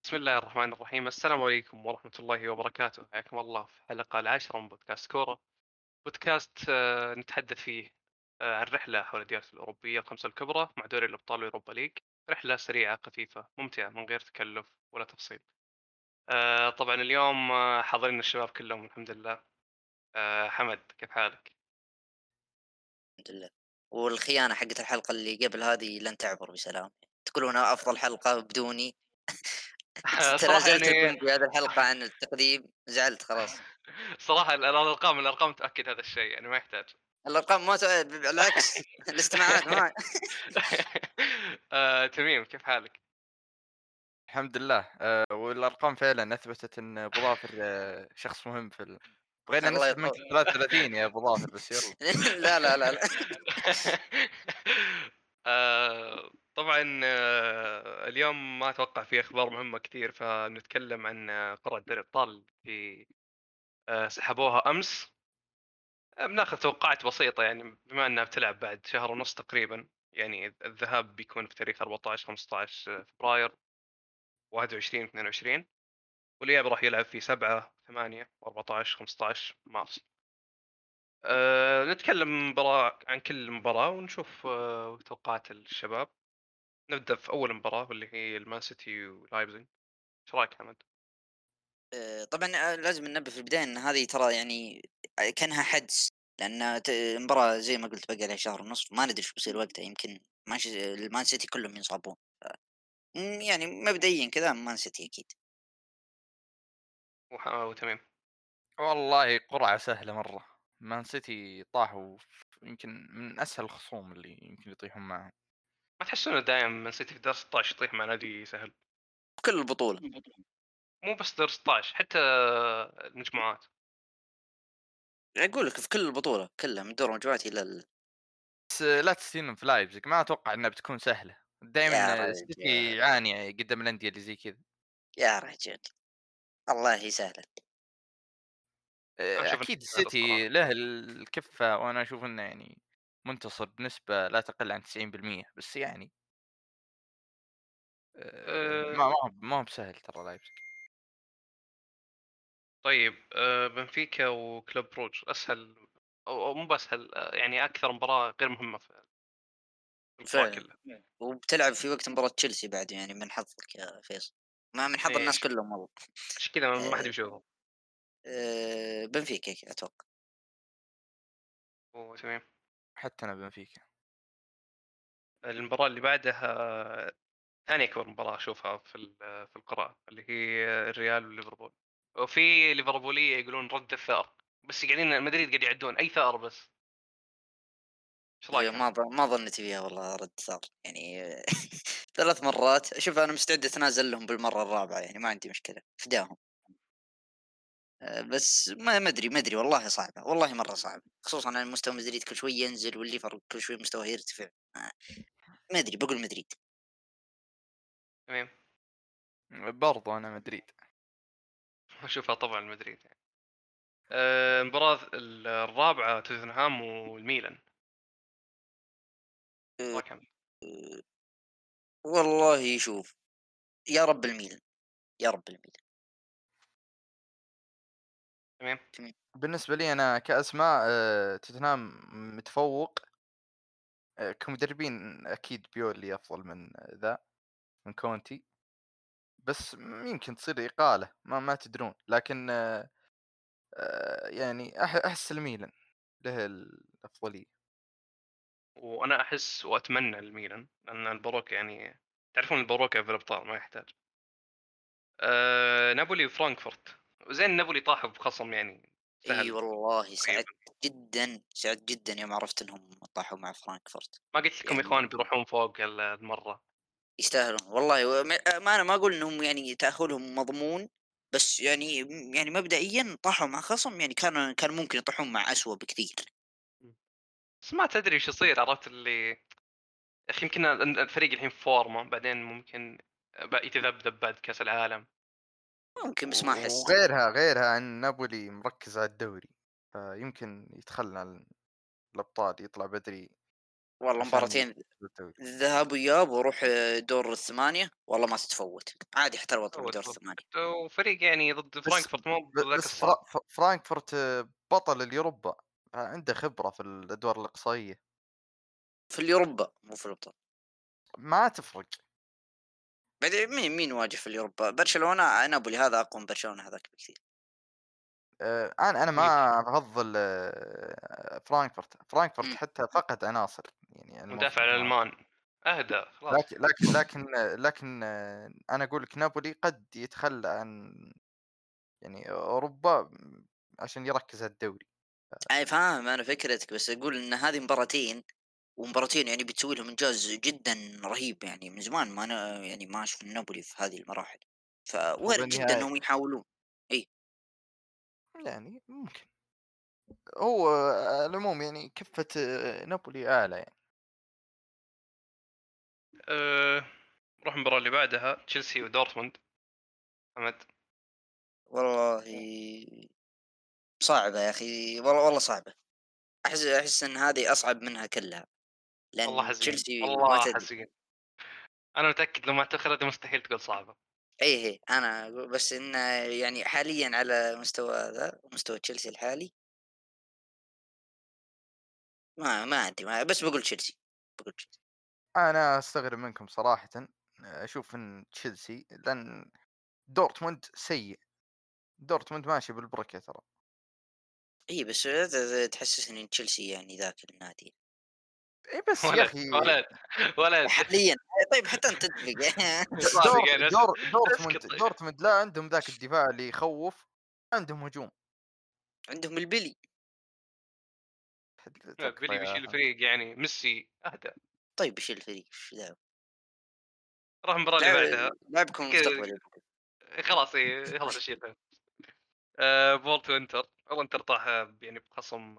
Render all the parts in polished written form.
بسم الله الرحمن الرحيم، السلام عليكم ورحمة الله وبركاته، حياكم الله في الحلقة العاشرة من بودكاست كورة. بودكاست نتحدث فيه عن رحلة حول الديار الأوروبية الخمسة الكبرى مع دوري الأبطال ويوروبا ليج. رحلة سريعة خفيفة ممتعة من غير تكلف ولا تفصيل. طبعا اليوم حاضرين الشباب كلهم الحمد لله. حمد كيف حالك؟ الحمد لله. والخيانة حقت الحلقة اللي قبل هذه لن تعبر بسلام. تقولون أفضل حلقة بدوني. صراحة تنازلت يعني لكم في هذه الحلقة عن التقديم، زعلت خلاص. صراحة الأرقام تؤكد هذا الشيء يعني ما يحتاج. الأرقام ما بالعكس الاستماعات ما. تميم كيف حالك؟ الحمد لله والأرقام فعلًا أثبتت إن أبو ظافر شخص مهم بغينا الله نسحب منك يطول. ال33 يا أبو ظافر بس يالّا. لا لا لا لا. طبعًا اليوم ما أتوقع في أخبار مهمة كثير، فبنتكلم عن قرعة دوري الأبطال اللي سحبوها أمس. بناخذ توقعات بسيطة يعني بما إنها بتلعب بعد شهر ونص تقريبًا، يعني الذهاب بيكون في تاريخ 14، 15 فبراير، 21، 22، والإياب راح يلعب في 7، 8، و14، 15 مارس. نتكلم عن كل مباراة ونشوف توقعات الشباب. نبدأ في أول مباراة واللي هي المان سيتي ولايبزيج. إيش رأيك حمد؟ طبعا لازم ننبه في البداية أن هذه ترى يعني كانها حدس، لأن المباراة زي ما قلت باقي عليها شهر ونص، ما ندري شو بيصير وقتها. يمكن المان سيتي كلهم ينصابون. يعني مبدئيا كذا مان سيتي أكيد. وتمام. والله قرعة سهلة مرة، مان سيتي طاحوا يمكن من أسهل الخصوم اللي يمكن يطيحون معاهم. ما تحسون دائما مان سيتي في دور 16 يطيح مع نادي سهل؟ كل البطولة. مو بس دور 16 حتى المجموعات. أقول لك في كل البطولة كلها من دور المجموعات إلى بس لا تستهينون في لايبزيج، ما أتوقع إنها بتكون سهلة، يا دايمًا السيتي رجال، يعاني قدام الأندية اللي زي كذا. يا رجل، الله يسهل. أنا أشوف إنه أكيد سهل الصراحة. السيتي له الكفة وأنا أشوف إنه يعني منتصر بنسبة لا تقل عن 90% بس يعني أه ما هو بسهل ترى لايبزيج. طيب، بنفيكا وكلوب بروج أسهل أو مو بأسهل، يعني أكثر مباراة غير مهمة في البطولة فعلًا. كلها. وبتلعب في وقت مباراة تشيلسي بعد، يعني من حظك يا فيصل، ما من حظ الناس إيش كلهم والله. عشان كذا ما حد آآ بيشوفه. بنفيكا أتوقع. تمام. حتى أنا بنفيكا. المباراة اللي بعدها ثاني أكبر مباراة أشوفها في القراءة اللي هي الريال وليفربول. وفي ليفربولية يقولون رد الثأر، بس قاعدين مدريد قاعد يعدون أي ثأر بس. إيش رأيك أنت؟ ما ظنيت فيها والله رد ثار يعني. 3 مرات. شوف أنا مستعد أتنازل لهم بالمرة الرابعة، يعني ما عندي مشكلة، فداهم. بس ما أدري والله صعبة، والله مرة صعبة، خصوصًا أن مستوى مدريد كل شوي ينزل والليفر كل شوي مستواه يرتفع. ما أدري باقول مدريد. تمام. برضو أنا مدريد. أشوفها طبعًا مدريد يعني. المباراة الرابعة توتنهام والميلان. إيش آآ رأيك أنت؟ والله شوف، يا رب الميلان، يا رب الميلان. تمام. تمام. بالنسبة لي أنا كأسماء توتنهام متفوق. كمدربين أكيد بيولي أفضل من من كونتي. بس يمكن تصير إقالة ما تدرون، لكن يعني أحس الميلان له الأفضلية. وأنا أحس وأتمنى الميلان لأن الباروكا يعني تعرفون الباروكا في الأبطال ما يحتاج. نابولي وفرانكفورت. زين نابولي طاحوا بخصم يعني إي سهل والله تقريبًا. سعدت جدًا يوم عرفت إنهم طاحوا مع فرانكفورت. ما قلت لكم يا إخوان يعني بيروحون فوق المرة. يستاهلون والله. ما أنا ما أقول إنهم يعني تأهلهم مضمون، بس يعني مبدئيًا طاحوا مع خصم، يعني كان ممكن يطيحون مع أسوأ بكثير. إمم. بس ما تدري وش يصير، عرفت اللي يا أخي يمكن الفريق الحين في فورمة بعدين ممكن يتذبذب بعد كأس العالم. ممكن بس ما أحس. وغيرها أن نابولي مركز على الدوري، فيمكن يتخلى عن الأبطال يطلع بدري والله عشان مباراتين الدوري. ذهاب وإياب وروح دور الثمانية والله ما تتفوت، عادي حتى لو وصلوا هو دور تفوت. الثمانية. وفريق يعني ضد بس فرانكفورت مو بذاك بس الصعب. فرانكفورت بطل اليوروبا، عنده خبرة في الأدوار الإقصائية. في اليوروبا مو في الأبطال. ما تفرق. بعدين مين واجه في اليوروبا؟ برشلونة، نابولي هذا أقوى من برشلونة هذاك بكثير. أنا إيه، ما أفضل فرانكفورت إمم. حتى فقد عناصر يعني مدافع الموسم هذا. الألمان أهدى خلاص. لكن أنا أقول لك نابولي قد يتخلى عن يعني أوروبا عشان يركز على الدوري. أي فاهم أنا فكرتك، بس أقول إن هذه مباراتين ومباراتين يعني بتسوي لهم إنجاز جدًا رهيب، يعني من زمان ما أنا يعني ما أشوف نابولي في هذه المراحل، ربع فوارد جدًا النهائي إنهم يحاولون. إي. يعني ممكن. هو على العموم يعني كفة نابولي أعلى يعني. أه... نروح المباراة اللي بعدها تشيلسي ودورتموند. محمد. والله صعبة يا أخي، والله صعبة. أحس إن هذه أصعب منها كلها، والله لأن حزين، تشيلسي ما والله تدري. حزين. أنا متأكد لو ما تأخرت مستحيل تقول صعبة. إي أنا بس إنه يعني حاليًا على مستوى ذا مستوى تشيلسي الحالي ما أدري، بس باقول تشيلسي، باقول تشيلسي. أنا أستغرب منكم صراحةً، أشوف إن تشيلسي لأن دورتموند سيء، دورتموند ماشي بالبركة ترى. إي بس تحسسني إن تشيلسي يعني ذاك النادي بس يا ولد أخي ولد ولد. حاليًا. طيب حتى أنت تتفق. صادق يعني دورتموند اسكت طيب. لا عندهم ذاك الدفاع اللي يخوف، عندهم هجوم. عندهم البيلي. تكفى بيلي يا بيشيل أخي. الفريق يعني ميسي أهدى. طيب يشيل الفريق إيش دعوة؟ راح المباراة اللي بعدها. لاعبكم المستقبلي. خلاص إيه خلاص أشيلها. بولت وإنتر. والله إنتر طاح يعني بخصم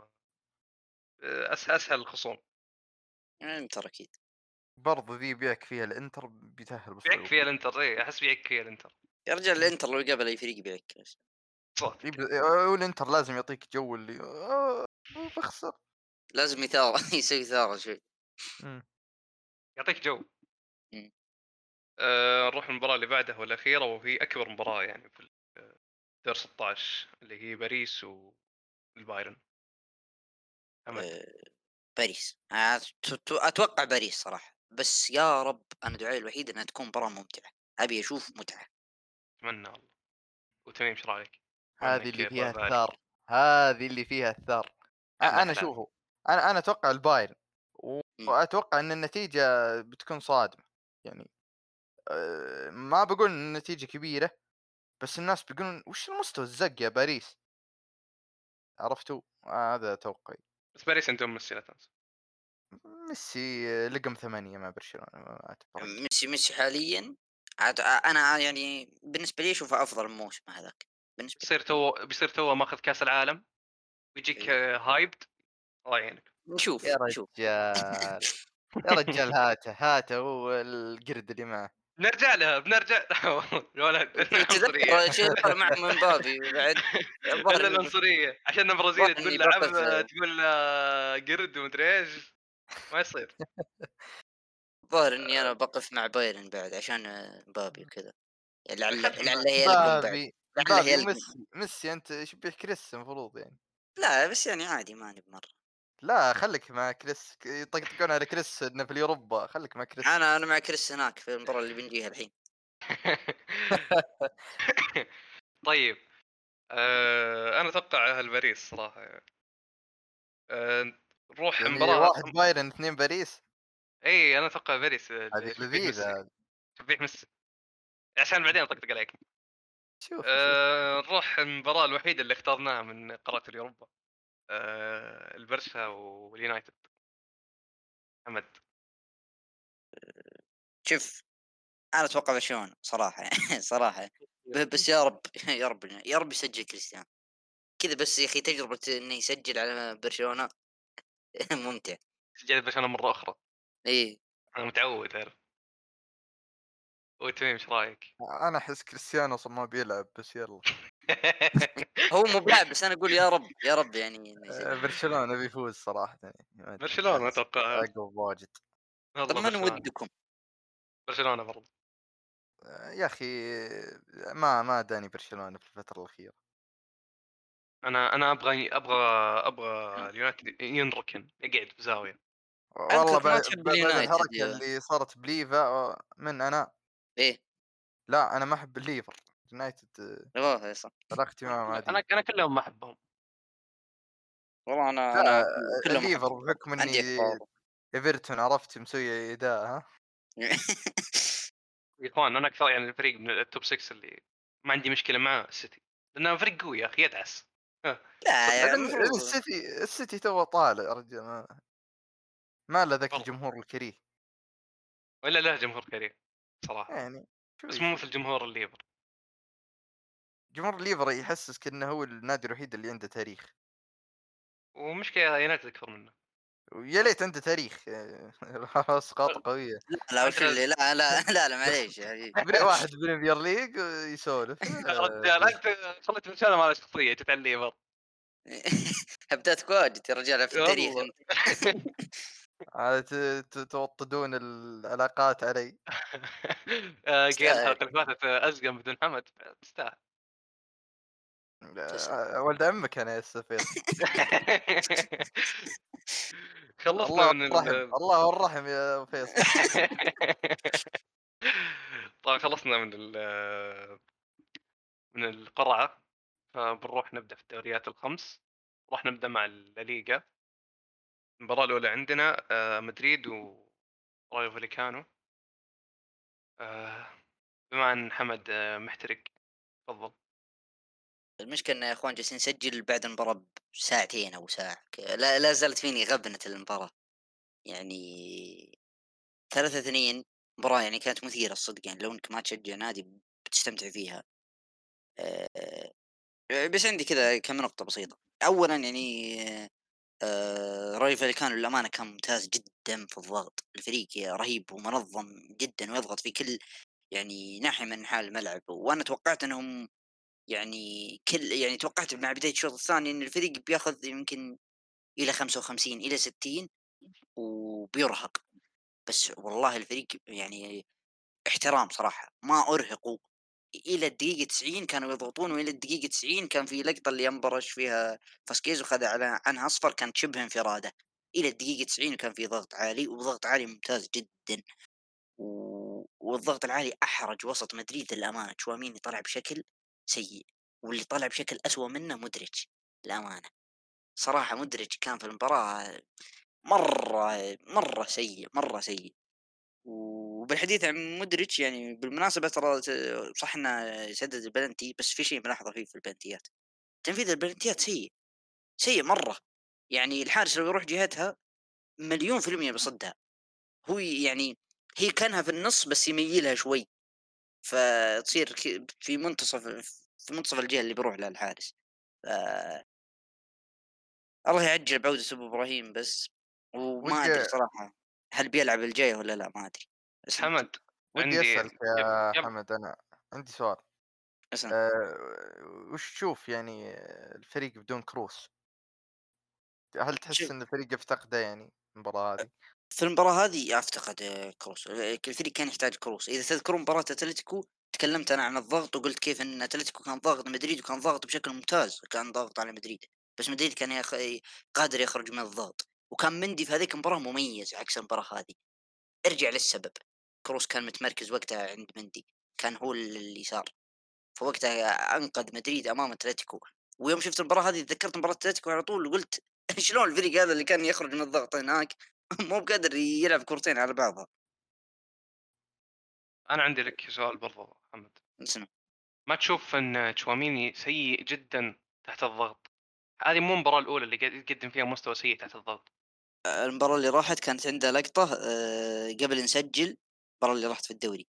أسهل الخصوم. إنتر أكيد. برضو ذي بيعك فيها الإنتر بيتأهل بيعك فيها بصعوبة. الإنتر، إيه أحس بيعك فيها الإنتر. يا رجال الإنتر لو قابل أي فريق بيعك. صادق. والإنتر لازم يعطيك جو اللي بخسر. لازم إثارة. يسوي إثارة شوي. مم. يعطيك جو. إمم. نروح المباراة اللي بعدها والأخيرة، وهي أكبر مباراة يعني في دور 16 اللي هي باريس والبايرن. أحمد. باريس. أتوقع باريس صراحة، بس يا رب أنا دعائي الوحيد إنها تكون مباراة ممتعة، أبي أشوف متعة. أتمنى والله. وتميم إيش رأيك؟ بما هذه إنك اللي الله فيها بارك. الثار، هذه اللي فيها الثار. أحلى أنا كلام. شوفه، أنا أتوقع البايرن، إمم. وأتوقع إن النتيجة بتكون صادمة يعني. ما بقول إن النتيجة كبيرة، بس الناس بيقولون وش المستوى الزق يا باريس. عرفتوا؟ هذا توقعي. بس باريس عندهم ميسي لا تنسى. ميسي لقم 8 مع برشلونة، ما تفرق. ميسي حاليًا أنا يعني بالنسبة لي أشوفه أفضل موسم هذاك، بالنسبة لي. بيصير تو ماخذ كاس العالم ويجيك هايبد. الله يعينك. يا نشوف. رجال، يا رجال هاته هو القرد اللي معه. بنرجع يا ولد. العنصرية. تتذكر شيء صار مع مبابي بعد. إلا الظاهر العنصرية عشان الظاهر برازيلي إني تقول له باقف. تقول له قرد ومدري ايش. ما يصير. الظاهر إني أنا باقف مع بايرن بعد عشان مبابي وكذا، يعني خلف لعله مبابي. يلقم بعد، لعله مبابي يلقم. وميسي أنت يشبه كريس المفروض يعني. لا بس يعني عادي ماني بمرة. لا خليك مع كريس، يطقطقون على كريس إنه في اليوروبا، خليك مع كريس. أنا مع كريس هناك في المباراة اللي بنجيها الحين. طيب. انا اتوقع اهل باريس صراحه يعني. آه، نروح يعني مباراه. واحد بايرن اثنين باريس. اي انا اتوقع باريس هذه شبيه ميسي. لذيذة. شبيه ميسي عشان بعدين اطقطق عليك. شوف نروح المباراه الوحيده اللي اخترناها من قاره اليوروبا. البرشا واليونايتد. محمد. شوف أنا أتوقع برشلونة صراحة يعني صراحة. بس يا رب يا رب يا رب يسجل كريستيانو كذا، بس يا أخي تجربة إنه يسجل على برشلونة ممتع. سجلت برشلونه مره اخرى. إيه. انا متعود تعرف. وتميم ايش رايك؟ انا احس كريستيانو اصلا ما بيلعب، بس يلا. هو مو بلاعب بس انا اقول يا رب يا رب يعني إنه يصير. برشلونه بيفوز صراحه يعني ما ادري برشلونة احس اتوقع. اقوى بواجد. طب والله من برشلونة. ودكم؟ برشلونة برضه. يا اخي ما داني برشلونه في الفتره الاخيره. انا ابغى اليونايتد ينركن يقعد في زاوية. والله انكرك ما تحب بعد اليونايتد الحركه يا اللي صارت بليفا من انا ايه؟ لا انا ما احب الليفر يونايتد. والله يا صح. علاقتي معهم انا عاديه. انا كلهم ما احبهم. والله لا انا كلهم الليفر احبهم صراحة. بحكم عندي اني كفار. ايفرتون عرفت مسوي اداء ها. يا اخوان انا اكثر يعني الفريق من التوب 6 اللي ما عندي مشكلة معه السيتي، لانه فريق قوي يا اخي يدعس. ها. لا يا بعدين المفروض. السيتي تو طالع يا رجال ما له ذاك برضه الجمهور الكريه. ولا له جمهور كريم صراحة، يعني بس شوي مو شوي مثل جمهور الليفر. جمهور الليفر يحسسك انه هو النادي الوحيد اللي عنده تاريخ. ومشكلة يونايتد اكثر منه. ويا ليت عنده تاريخ اسقاط قويه. لا لا وش عندنا اللي لا معليش يا حبيبي. واحد بريمير ليج يسولف يا رجال انت خليت برشلونة ما له شخصية جت على الليفر. هبدات واجد يا رجال في التاريخ والله. انت. عاد توطدون العلاقات علي. قال تستاهل الحلقة اللي فاتت ازقم بدون حمد تستاهل. تسلم. ولد عمك انا يا أستاذ فيصل. خلصنا الله من الرحم الله الرحم يا فيصل. طبعا خلصنا من القرعة، فبنروح نبدأ في الدوريات الخمس. راح نبدأ مع الليغا. المباراة الأولى عندنا مدريد ورايو فاليكانو. آه، بما أن حمد محترق، تفضل. المشكلة ان يا اخوان جالسين نسجل بعد المباراة بساعتين او ساعة لا زالت فيني غبنة المباراة يعني. 3-2 مباراة يعني كانت مثيرة الصدق يعني لو انك ما تشجع نادي بتستمتع فيها. آه، بس عندي كذا كم نقطة بسيطة. اولا يعني راي فاليكانو للأمانة كان ممتاز جدا في الضغط. الفريق رهيب ومنظم جدا ويضغط في كل يعني ناحية من أنحاء الملعب. وأنا توقعت أنهم يعني يعني توقعت مع بداية الشوط الثاني إن الفريق بياخذ يمكن إلى 55 إلى 60 وبيرهق. بس والله الفريق يعني احترام صراحة ما أرهقوا. إلى الدقيقة 90 كانوا يضغطون وإلى الدقيقة 90 كان في لقطة اللي ينبرش فيها فاسكيز وخذ عنها أصفر كانت شبه انفرادة. إلى الدقيقة 90 كان في ضغط عالي وضغط عالي ممتاز جدا. والضغط العالي أحرج وسط مدريد للأمانة. تشواميني طلع بشكل سيء واللي طلع بشكل أسوأ منه مودريتش للأمانة. صراحة مودريتش كان في المباراة مرة سيء مرة سيء. وبالحديث عن مودريتش يعني بالمناسبة ترى صح انه يسدد البلنتي بس في شيء ملاحظة فيه في البلنتيات. تنفيذ البلنتيات سيء سيء مرة. يعني الحارس لو يروح جهتها 1,000,000% بيصدها. هو يعني هي كانها في النص بس يميلها شوي فتصير في منتصف الجهة اللي بيروح لها الحارس. ف... الله يعجل بعودة ابو ابراهيم بس. وما ودي ادري صراحة هل بيلعب الجاية ولا لا ما ادري. بس انت حمد ودي عندي. اسالك يب يا يب. حمد انا عندي سؤال. اسم وش تشوف يعني الفريق بدون كروس؟ هل تحس ان الفريق يفتقده يعني المباراة هذه؟ في المباراة هذه أفتقد كروس. الفريق كان يحتاج كروس. إذا تذكرون مباراة أتلتيكو تكلمت أنا عن الضغط وقلت كيف أن أتلتيكو كان ضاغط مدريد وكان ضاغط بشكل ممتاز. كان ضاغط على مدريد بس مدريد كان قادر يخرج من الضغط. وكان مندي في هذيك المباراة مميز عكس المباراة هذه. ارجع للسبب. كروس كان متمركز وقتها عند مندي. كان هو اللي صار فوقتها أنقذ مدريد أمام أتلتيكو. ويوم شفت المباراة هذه تذكرت مباراة أتلتيكو على طول وقلت شلون الفريق هذا اللي كان يخرج من الضغط هناك مو بقادر يلعب كورتين على بعضها. أنا عندي لك سؤال برضو حمد. اسمع ما تشوف أن تشواميني سيء جدا تحت الضغط؟ هذه مو المباراة الأولى اللي يقدم فيها مستوى سيء تحت الضغط. المباراة اللي راحت كانت عنده لقطة قبل نسجل المباراة اللي راحت في الدوري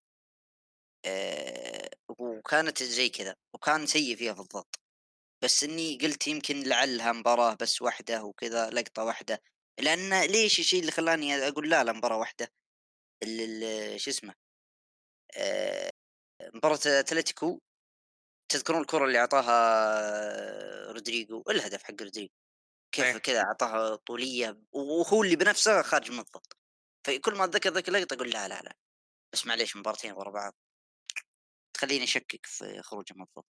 وكانت زي كذا وكان سيء فيها في الضغط. بس إني قلت يمكن لعلها مباراة بس واحدة وكذا لقطة واحدة. لأن ليش الشيء اللي خلاني أقول لا مباراة واحدة شو اسمه مباراة أتلتيكو تذكرون الكرة اللي أعطاها رودريجو، الهدف حق رودريجو، كيف إيه. كذا أعطاها طولية وهو اللي بنفسه خارج من الضغط. فكل ما أتذكر ذيك اللقطة أقول لا، لا، لا، بس معليش مباراتين ورا بعض تخلّيني أشكك في خروجه من الضغط.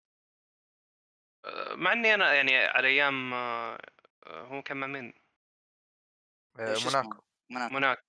مع إني أنا يعني على أيام هو كان مع مين؟ شو اسمه؟ موناكو. موناكو. موناك.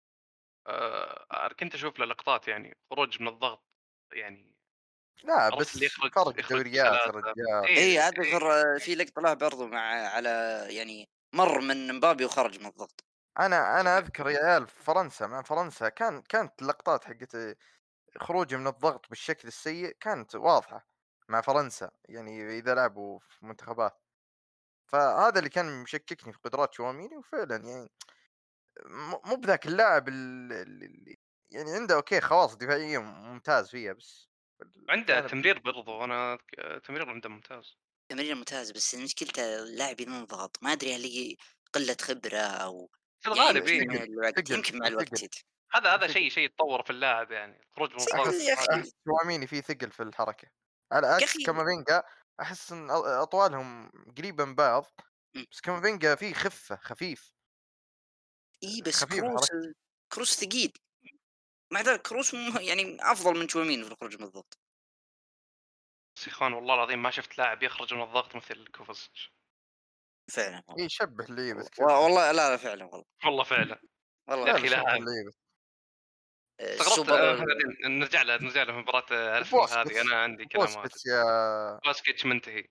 كنت أشوف له لقطات يعني خروج من الضغط يعني لا عرفت اللي بس يخرج فرق يخرج دوريات يا ب3. رجال. إيه، إي إيه. أذكر في لقطة له برضه على يعني مَر من مبابي وخرج من الضغط. انا اذكر يا عيال في فرنسا، مع فرنسا كانت اللقطات حقت خروجه من الضغط بالشكل السيء كانت واضحة مع فرنسا، يعني إذا لعبوا في منتخبات. فهذا اللي كان مشككني في قدرات شواميني، وفعلا يعني مو بذاك اللاعب اللي يعني عنده اوكي خواص دفاعية ممتاز فيها، بس عنده الجانب تمرير برضو، أنا تمرير عنده ممتاز. تمرير ممتاز، بس مشكلته اللاعب ينضغط، ما أدري هل هي قلة خبرة أو في يعني الغالب يمكن إيه. مع الوقت، ثقل يمكن مع في الوقت ثقل هذا في ثقل. شيء يتطور في اللاعب يعني الخروج من الضغط ثقل يا هذه. أخي. احس شواميني في ثقل في الحركة، على يا عكس أخي. كامافينجا. احس ان اطوالهم قريبة من بعض، إمم. بس كامافينجا فيه خفة، خفيف إي بس خفيف كروس، حركته. كروس ثقيل، مع ذلك كروس يعني أفضل من تشواميني في الخروج من الضغط. بس يا إخوان والله العظيم ما شفت لاعب يخرج من الضغط مثل كوفاسيتش. فعلًا والله. يشبه ليبس شبه. والله لا، لا فعلًا والله. والله فعلا. والله يا لا لا أخي فعلًا. شبه لاعب. ليبس. استغربت السوبر. بعدين نرجع له في مباراة أرسنال هذه، وبوسكيتس، أنا عندي كلامات. بوسكيتس يا باسكيتش منتهي.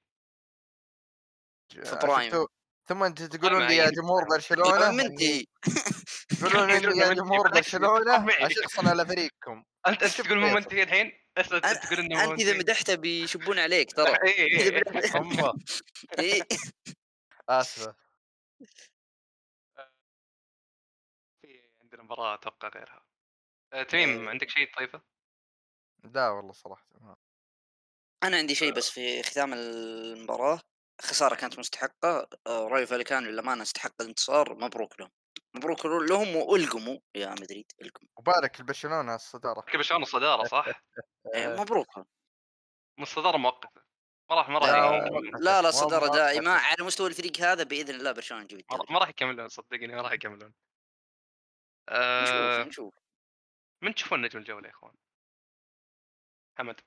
في برايمه. شفتوا. ثم انت طال تقولون لي يا معي. جمهور برشلونة اني منتهي. تقولون اني يقولون يا منتهي جمهور بعدين طال برشلونة معي. اشخصن على فريقكم. أنت شوف تقول مو فيصل. منتهي الحين؟ أ أنت تقول إنه مو أنت إذا منتهي. مدحته بيشبون عليك ترى. إيه، إذا إيه، إيه. مدحت اما إي. اسفة. في عندنا مباراة أتوقع غيرها. تميم آآ عندك شيء تضيفه؟ لا والله صراحة أنا عندي شيء بس في ختام المباراة، خسارة كانت مستحقة. رايو فاليكانو للأمانة استحق الانتصار، مبروك لهم. مبروك لهم والقموا يا مدريد، القموا. وبارك لبرشلونة الصدارة. برشلونة الصدارة صح؟ مبروك لهم. من الصدارة مؤقتة. ما راح لا آآ مؤقتة لا، لا صدارة دائمة ومؤقتة. على مستوى الفريق هذا بإذن الله برشلونة يجيب الدوري. ما راح يكملون صدقني، ما راح يكملون. نشوف، آآ نشوف. من تشوفون نجم الجولة يا إخوان؟ حمد.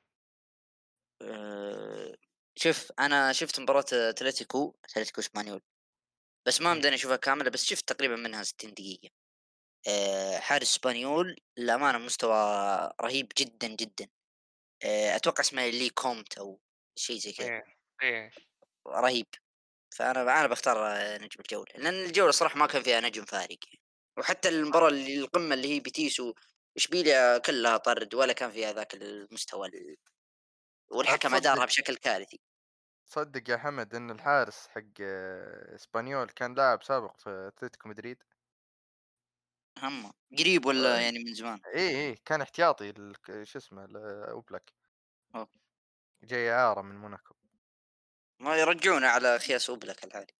آآ شوف أنا شُفت مباراة أتلتيكو إسبانيول، بس ما إمم. مداني أشوفها كاملة، بس شُفت تقريبًا منها 60 دقيقة. حارس إسبانيول للأمانة مستوى رهيب جدًا، جدًا. أتوقع اسمه لي كومت أو شيء زي كذا، إيه، إيه. رهيب. فأنا باختار نجم الجولة، لأن الجولة الصراحة ما كان فيها نجم فارق يعني. وحتى المباراة اللي القمة اللي هي بيتيس وإشبيليا كلها طرد، ولا كان فيها ذاك المستوى والحكم اتصدق أدارها بشكل كارثي. تصدق يا حمد ان الحارس حق اسبانيول كان لاعب سابق في اتلتيكو مدريد. هم قريب والّا يعني من زمان؟ ايه كان احتياطي شو اسمه اوبلاك، أوه! جاي اعاره من موناكو. ما يرجعونه على أخياس أوبلاك العادي.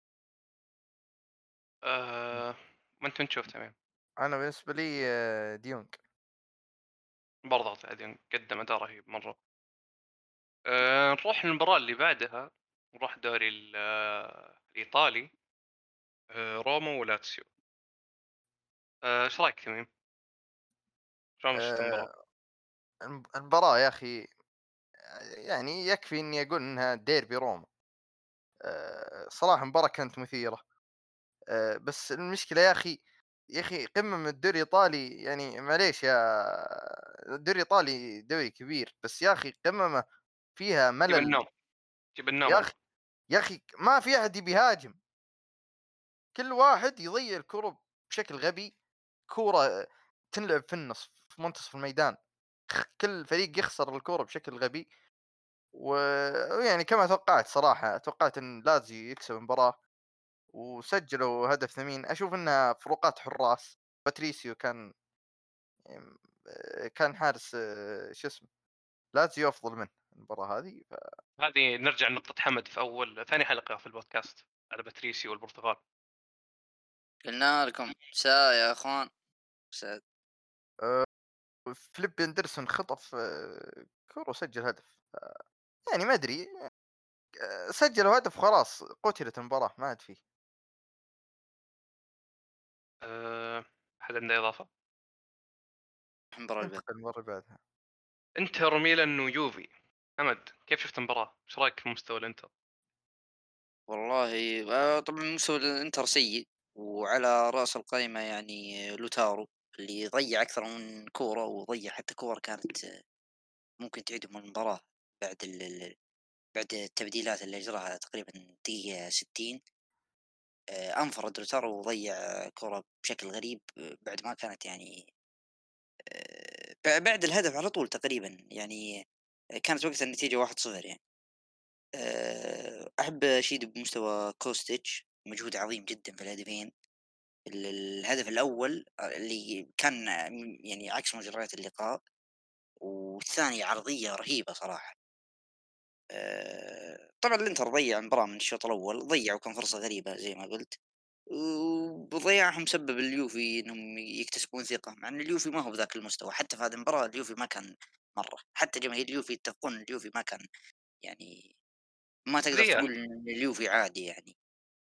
وأنت من تشوف تميم؟ انا بالنسبه لي ديونج. برضه بعدين قدم أداء رهيب مرة. نروح للمباراة اللي بعدها، نروح الدوري الإيطالي. روما ولاتسيو. إيش رأيك تميم؟ شلون شفت المباراة؟ آه، المباراه يا اخي يعني يكفي اني اقول انها ديربي روما. صراحه مباراه كانت مثيره. بس المشكله يا اخي، يا اخي قمه من الدوري الايطالي، يعني معليش يا الدوري الايطالي دوري كبير، بس يا اخي قمه فيها جيب ملل. النوم، جيب النوم يا أنت. اخي يا اخي ما في احد يبي يهاجم، كل واحد يضيع الكرة بشكل غبي. كورة تنلعب في النص في منتصف الميدان، كل فريق يخسر الكرة بشكل غبي. ويعني كما توقعت صراحة، توقعت ان لازيو يكسب المباراة وسجلوا هدف ثمين. اشوف انها فروقات حراس. باتريسيو كان حارس شو اسمه لازيو افضل منه المباراة هذه هذه نرجع لنقطة حمد في أول ثاني حلقة في البودكاست على باتريسيو والبرتغال. قلنا لكم يا أخوان، سا. فليب اندرسون خطف كرة وسجل هدف. يعني ما ادري، سجلوا هدف وخلاص قتلت المباراة ما عاد فيه. أحد عنده إضافة؟ المباراة اللي بعد. انتقل المباراة اللي بعدها. انتر ميلان ويوفي. حمد كيف شفت المباراة؟ ايش رايك في مستوى الانتر؟ والله طبعا مستوى الانتر سيء، وعلى رأس القائمة يعني لوتارو اللي ضيع أكثر من كورة، وضيع حتى كورة كانت ممكن تعيدهم المباراة بعد بعد التبديلات اللي أجراها تقريبا دقيقة 60. انفرد روتارو وضيع كرة بشكل غريب، بعد ما كانت يعني بعد الهدف على طول تقريبا يعني. كانت وقتها النتيجة 1-0 يعني. أحب أشيد بمستوى كوستيتش، مجهود عظيم جدا في الهدفين. الهدف الأول اللي كان يعني عكس مجريات اللقاء، والثاني عرضية رهيبة صراحة. طبعا الانتر ضيع المباراة من الشوط الأول، ضيع وكان فرصة غريبة زي ما قلت، وبضياعهم سبب اليوفي انهم يكتسبون ثقة، مع ان اليوفي ما هو بذاك المستوى. حتى في هذه المباراة اليوفي ما كان مرة، حتى جماهير اليوفي يتفقون إن اليوفي ما كان يعني، ما تقدر ريال تقول ان اليوفي عادي يعني.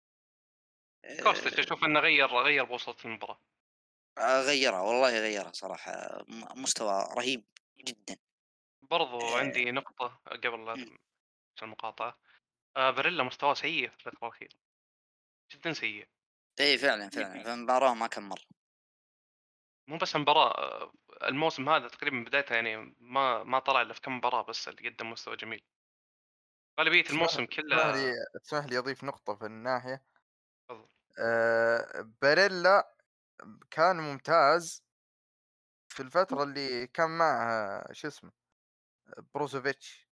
كوستيتش آه، اشوف انه غير بوصلة المباراة. غيرها والله، غيرها صراحة، مستوى رهيب جدا. برضو آه، عندي نقطة قبل لا مم. المقاطعة. باريلا مستواه سيء في الفترة الأخيرة، جدا سيء. ايه فعلا فعلا، فالمباراة ما كان مرة. مو بس المباراة، الموسم هذا تقريبا بدايته يعني ما طلع إلا في كم مباراة بس اللي قدم مستوى جميل. غالبية تسمح الموسم تسمح كله. لي تسمح لي اضيف نقطة في الناحية. تفضل. باريلا كان ممتاز في الفترة اللي كان معه شو اسمه بروزوفيتش.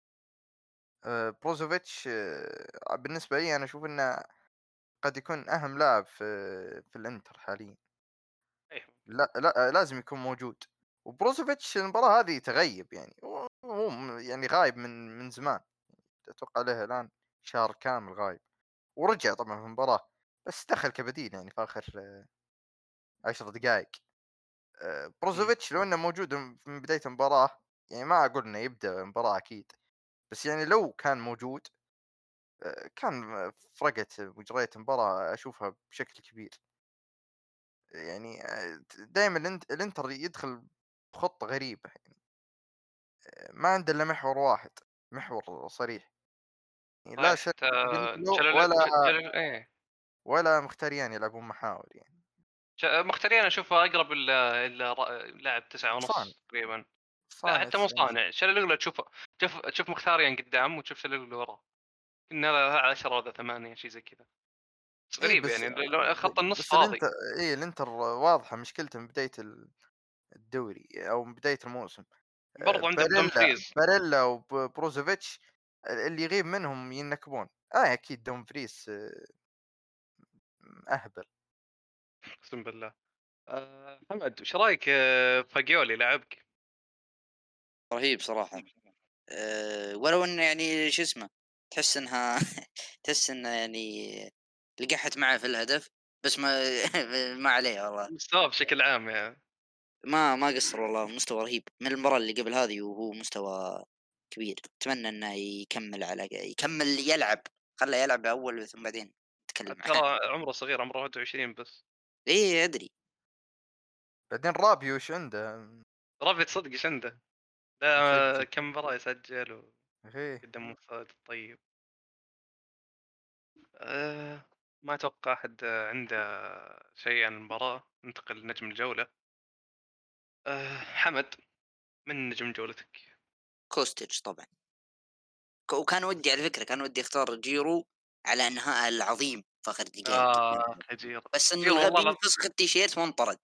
بروزوفيتش بالنسبة لي أنا أشوف إنه قد يكون أهم لاعب في الإنتر حاليًا. أيه. لأ لازم يكون موجود. وبروزوفيتش المباراة هذه تغيب يعني، هو يعني غايب من زمان، أتوقع له الآن شهر كامل غايب، ورجع طبعًا في المباراة، بس دخل كبديل يعني في آخر 10 دقايق. مم. بروزوفيتش لو إنه موجود من بداية المباراة، يعني ما أقول إنه يبدأ المباراة أكيد، بس يعني لو كان موجود كان فرقت مجريات المباراة أشوفها بشكل كبير. يعني دايمًا الإنتر يدخل بخطة غريبة، يعني ما عنده إلا محور واحد، محور صريح، يعني لا صحيح. دانييلو ولا إيه. مختاريان يلعبون محاور يعني. مختارين اشوفه اقرب لاعب 9.5 صانع، تقريبا. لا صانع حتى مو 90. صانع، شالولو تشوفه. تشوف مختاريان قدام وتشوف شالولو ورا. إن هذا 10 ولا 8 شيء زي كذا. بس إي غريب بس يعني خط النص بس فاضي. الإنتر واضحة مشكلته من بداية الدوري أو من بداية الموسم. برضو عنده دومفريز. باريلا وبروزوفيتش اللي يغيب منهم ينكبون. أكيد دومفريس أهبل. اقسم بالله. محمد وش رايك فاجيولي لعبك؟ رهيب صراحة. ولو انه يعني شو اسمه، تحس انها تحس انه يعني لقحت معه في الهدف، بس ما ما عليه والله. مستوى بشكل عام يعني. ما قصر والله، مستوى رهيب من المباراة اللي قبل هذه، وهو مستوى كبير. اتمنى انه يكمل يلعب، خله يلعب اول ثم بعدين نتكلم عنه. ترى عمره صغير، عمره 21 بس. ايه ادري. بعدين رابيو وش عنده؟ رافي صدق ايش عنده؟ ده مسجل. كم مباراة يسجل إيه. وقدم مستوى طيب. ما أتوقع أحد عنده شيء عن المباراة. ننتقل لنجم الجولة. حمد، من نجم جولتك؟ كوستيتش طبعا. وكان ودي على فكرة، كان ودي اختار جيرو على انهاء العظيم في اخر دقائق قدام، خجير. بس انه جيرو والله الغبي العظيم. فسخ التيشيرت وانطرد.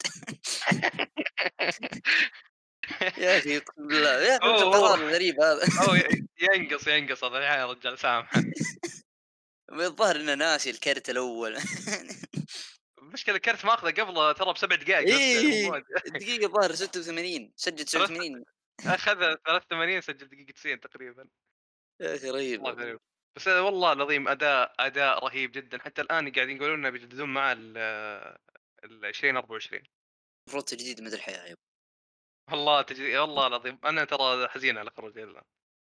يا اخي اقسم بالله يا اخي وش هو القرار الغريب هذا. هو ينقص هذا يا رجال سامحه. الظاهر انه ناسي الكرت الاول. المشكلة الكرت ماخذه قبله ترى ب7 دقائق بس يعني ايه مو الدقيقة ظاهر 86 سجل ثلاث 89. اخذ 83 سجل دقيقة 90 تقريبا. يا اخي رهيب والله والله. غريب. بس والله العظيم اداء رهيب جدا. حتى الان قاعدين يقولون انه بيجددون مع ال 2024. المفروض تجديد مدى الحياة يب. والله العظيم انا ترى حزين على خروج الان.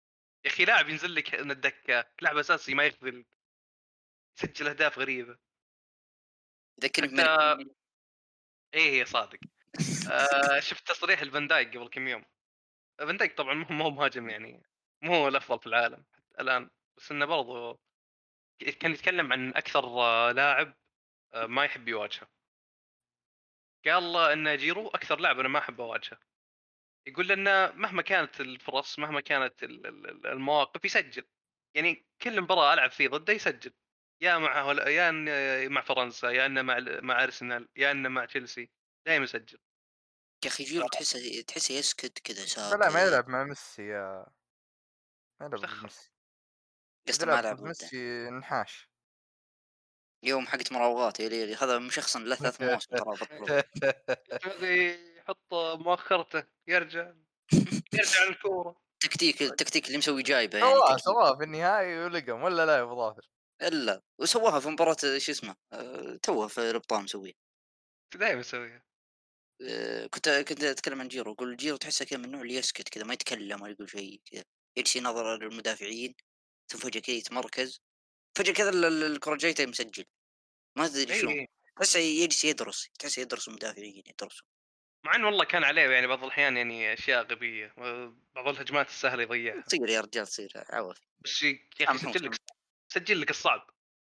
يا اخي لاعب ينزل لك من الدكه، لاعب اساسي ما يخذل، يسجل اهداف غريبه. يذكرني حتى بمارينيو. ايه صادق. شفت تصريح الفان دايك قبل كم يوم. فان دايك طبعا مو مهاجم يعني، مو هو الافضل في العالم حتى الان، بس انه برضو كان يتكلم عن اكثر لاعب ما يحب يواجهه. قال ان جيرو اكثر لاعب انا ما احب اواجهه. يقول لنا مهما كانت الفرص، مهما كانت المواقف يسجل. يعني كل مباراه العب فيه ضده يسجل، يا مع يا مع فرنسا، يا انه مع ارسنال، يا انه مع تشيلسي، دائما يسجل. يا اخي جيرو تحسه يسكت كذا بلا ما ساكت. يلعب مع ميسي ما يلعب ضد مسخر. ميسي. إذا قصده ما لعب لعب ضد ضده. ميسي نحاش. يوم حقت مراوغات يا ليلي، هذا مشخصن له 3 مواسم ترى بطل. هذه يحط مؤخرته، يرجع للكوره. التكتيك اللي مسوي جايبه يعني سواها تكتيك. سواها في النهائي ولقم ولا لا يا ابو ظافر؟ الا وسواها في مباراة شو اسمه توه في الابطال مسويه. دائما يسويها. كنت اتكلم عن جيرو، اقول جيرو تحسه كذا من النوع اللي يسكت كذا ما يتكلم ولا يقول شيء كذا، يجلس ينظر للمدافعين ثم فجأة كذا يتمركز، فجأة كذا الكرة جايته مسجل، ما تدري شلون. اي، تحسه يجلس يدرس، تحسه يدرس المدافعين يدرسوا. مع انه والله كان عليه يعني بعض الاحيان يعني اشياء غبيه، بعض الهجمات السهله يضيعها. تصير يا رجال تصير عوف. بس يا اخي سامحوه سجل لك، سامحوه. سجل لك الصعب.